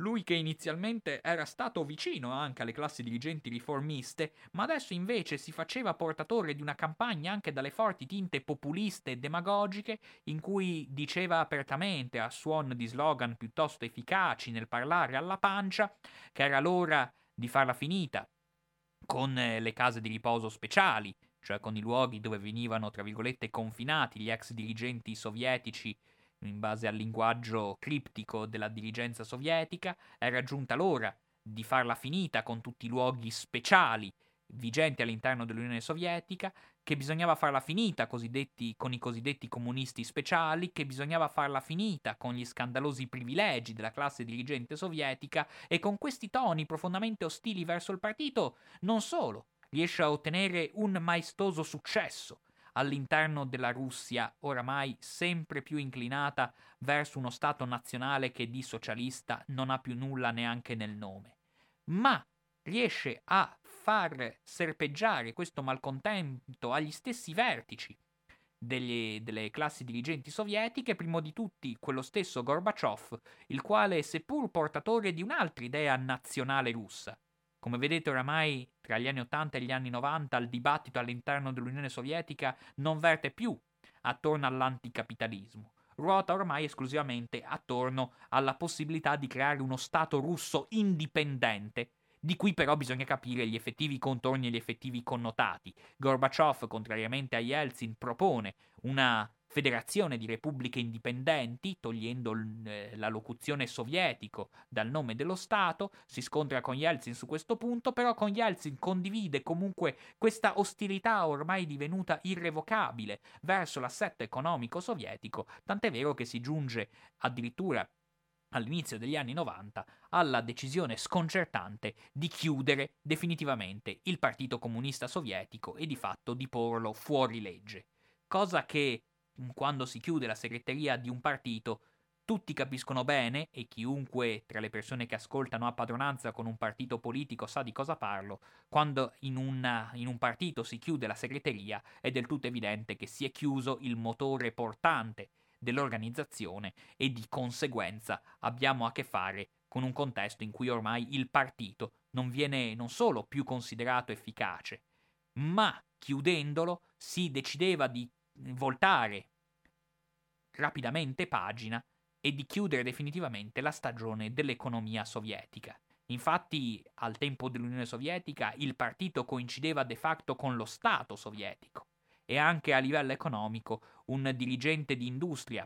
Lui che inizialmente era stato vicino anche alle classi dirigenti riformiste, ma adesso invece si faceva portatore di una campagna anche dalle forti tinte populiste e demagogiche, in cui diceva apertamente, a suon di slogan piuttosto efficaci nel parlare alla pancia, che era l'ora di farla finita con eh, le case di riposo speciali, cioè con i luoghi dove venivano, tra virgolette, confinati gli ex dirigenti sovietici in base al linguaggio criptico della dirigenza sovietica. Era giunta l'ora di farla finita con tutti i luoghi speciali vigenti all'interno dell'Unione Sovietica, che bisognava farla finita cosiddetti, con i cosiddetti comunisti speciali, che bisognava farla finita con gli scandalosi privilegi della classe dirigente sovietica, e con questi toni profondamente ostili verso il partito non solo riesce a ottenere un maestoso successo all'interno della Russia, oramai sempre più inclinata verso uno Stato nazionale che di socialista non ha più nulla neanche nel nome, ma riesce a far serpeggiare questo malcontento agli stessi vertici degli, delle classi dirigenti sovietiche, primo di tutti quello stesso Gorbaciov, il quale, seppur portatore di un'altra idea nazionale russa, come vedete oramai tra gli anni ottanta e gli anni novanta il dibattito all'interno dell'Unione Sovietica non verte più attorno all'anticapitalismo, ruota ormai esclusivamente attorno alla possibilità di creare uno Stato russo indipendente, di cui però bisogna capire gli effettivi contorni e gli effettivi connotati. Gorbaciov, contrariamente a Yeltsin, propone una federazione di repubbliche indipendenti, togliendo l- la locuzione sovietico dal nome dello Stato. Si scontra con Yeltsin su questo punto, però con Yeltsin condivide comunque questa ostilità ormai divenuta irrevocabile verso l'assetto economico sovietico, tant'è vero che si giunge addirittura all'inizio degli anni novanta alla decisione sconcertante di chiudere definitivamente il Partito Comunista Sovietico e di fatto di porlo fuori legge. Cosa che, quando si chiude la segreteria di un partito, tutti capiscono bene, e chiunque tra le persone che ascoltano ha padronanza con un partito politico sa di cosa parlo. Quando in, una, in un partito si chiude la segreteria è del tutto evidente che si è chiuso il motore portante dell'organizzazione, e di conseguenza abbiamo a che fare con un contesto in cui ormai il partito non viene non solo più considerato efficace, ma chiudendolo si decideva di voltare rapidamente pagina e di chiudere definitivamente la stagione dell'economia sovietica. Infatti, al tempo dell'Unione Sovietica, il partito coincideva de facto con lo Stato sovietico, e anche a livello economico un dirigente di industria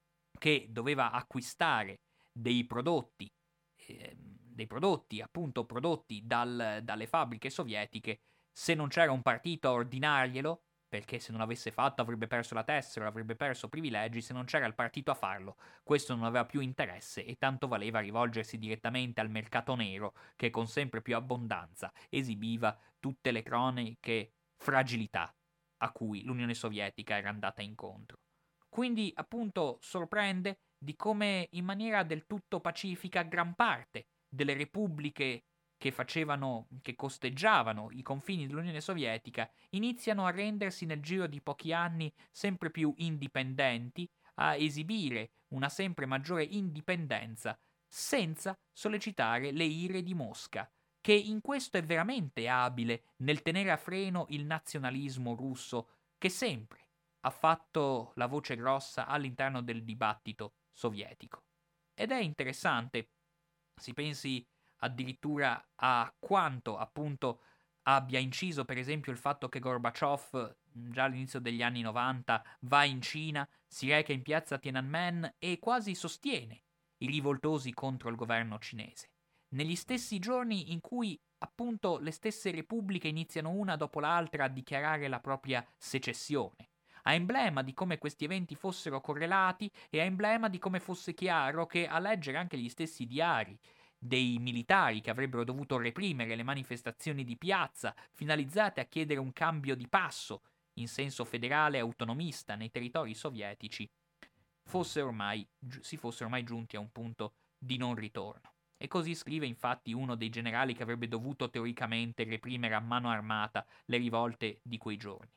che doveva acquistare dei prodotti, eh, dei prodotti appunto prodotti dal, dalle fabbriche sovietiche, se non c'era un partito a ordinarglielo, perché se non l'avesse fatto avrebbe perso la tessera, avrebbe perso privilegi, se non c'era il partito a farlo, questo non aveva più interesse, e tanto valeva rivolgersi direttamente al mercato nero, che con sempre più abbondanza esibiva tutte le croniche fragilità a cui l'Unione Sovietica era andata incontro. Quindi, appunto, sorprende di come in maniera del tutto pacifica gran parte delle repubbliche che facevano, che costeggiavano i confini dell'Unione Sovietica iniziano a rendersi nel giro di pochi anni sempre più indipendenti, a esibire una sempre maggiore indipendenza, senza sollecitare le ire di Mosca, che in questo è veramente abile nel tenere a freno il nazionalismo russo, che sempre ha fatto la voce grossa all'interno del dibattito sovietico. Ed è interessante, si pensi addirittura a quanto appunto abbia inciso per esempio il fatto che Gorbaciov già all'inizio degli anni novanta va in Cina, si reca in piazza Tiananmen e quasi sostiene i rivoltosi contro il governo cinese. Negli stessi giorni in cui appunto le stesse repubbliche iniziano una dopo l'altra a dichiarare la propria secessione, a emblema di come questi eventi fossero correlati e a emblema di come fosse chiaro che, a leggere anche gli stessi diari dei militari che avrebbero dovuto reprimere le manifestazioni di piazza finalizzate a chiedere un cambio di passo in senso federale e autonomista nei territori sovietici, fosse ormai, si fosse ormai giunti a un punto di non ritorno. E così scrive infatti uno dei generali che avrebbe dovuto teoricamente reprimere a mano armata le rivolte di quei giorni.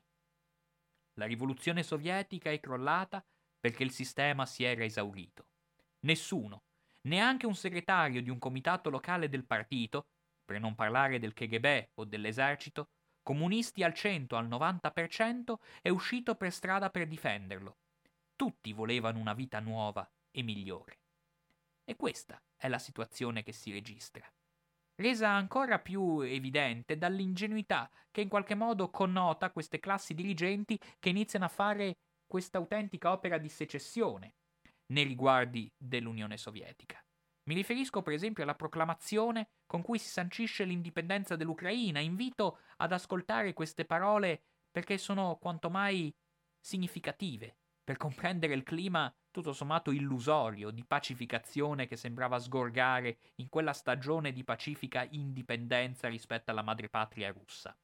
La rivoluzione sovietica è crollata perché il sistema si era esaurito. Nessuno, neanche un segretario di un comitato locale del partito, per non parlare del K G B o dell'esercito, comunisti al cento al novanta per cento, è uscito per strada per difenderlo. Tutti volevano una vita nuova e migliore. E questa è la situazione che si registra, resa ancora più evidente dall'ingenuità che in qualche modo connota queste classi dirigenti che iniziano a fare questa autentica opera di secessione nei riguardi dell'Unione Sovietica. Mi riferisco per esempio alla proclamazione con cui si sancisce l'indipendenza dell'Ucraina. Invito ad ascoltare queste parole perché sono quanto mai significative per comprendere il clima tutto sommato illusorio di pacificazione che sembrava sgorgare in quella stagione di pacifica indipendenza rispetto alla madrepatria russa.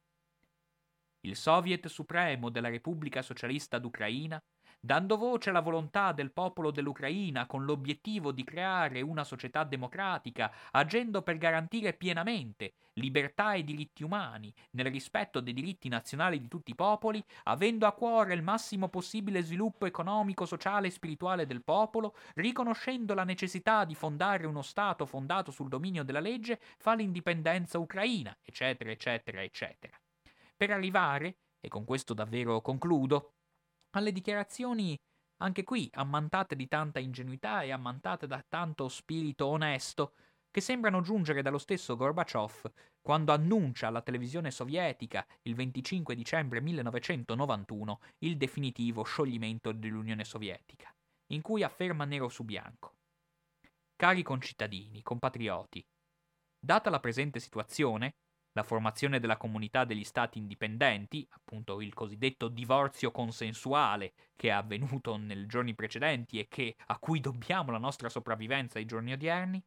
Il Soviet Supremo della Repubblica Socialista d'Ucraina, dando voce alla volontà del popolo dell'Ucraina con l'obiettivo di creare una società democratica, agendo per garantire pienamente libertà e diritti umani nel rispetto dei diritti nazionali di tutti i popoli, avendo a cuore il massimo possibile sviluppo economico, sociale e spirituale del popolo, riconoscendo la necessità di fondare uno Stato fondato sul dominio della legge, fa l'indipendenza ucraina, eccetera, eccetera, eccetera. Per arrivare, e con questo davvero concludo, alle dichiarazioni anche qui ammantate di tanta ingenuità e ammantate da tanto spirito onesto che sembrano giungere dallo stesso Gorbaciov quando annuncia alla televisione sovietica il venticinque dicembre millenovecentonovantuno il definitivo scioglimento dell'Unione Sovietica, in cui afferma nero su bianco: cari concittadini, compatrioti, data la presente situazione, la formazione della comunità degli stati indipendenti, appunto il cosiddetto divorzio consensuale che è avvenuto nei giorni precedenti e che, a cui dobbiamo la nostra sopravvivenza ai giorni odierni,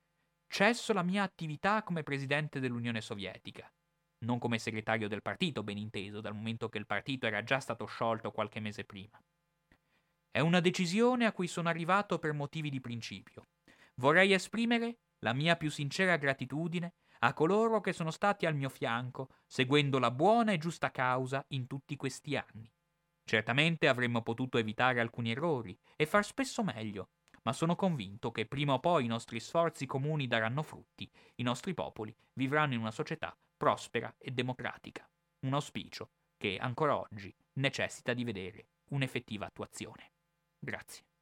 cesso la mia attività come presidente dell'Unione Sovietica, non come segretario del partito, ben inteso, dal momento che il partito era già stato sciolto qualche mese prima. È una decisione a cui sono arrivato per motivi di principio. Vorrei esprimere la mia più sincera gratitudine a coloro che sono stati al mio fianco, seguendo la buona e giusta causa in tutti questi anni. Certamente avremmo potuto evitare alcuni errori e far spesso meglio, ma sono convinto che prima o poi i nostri sforzi comuni daranno frutti, i nostri popoli vivranno in una società prospera e democratica. Un auspicio che ancora oggi necessita di vedere un'effettiva attuazione. Grazie.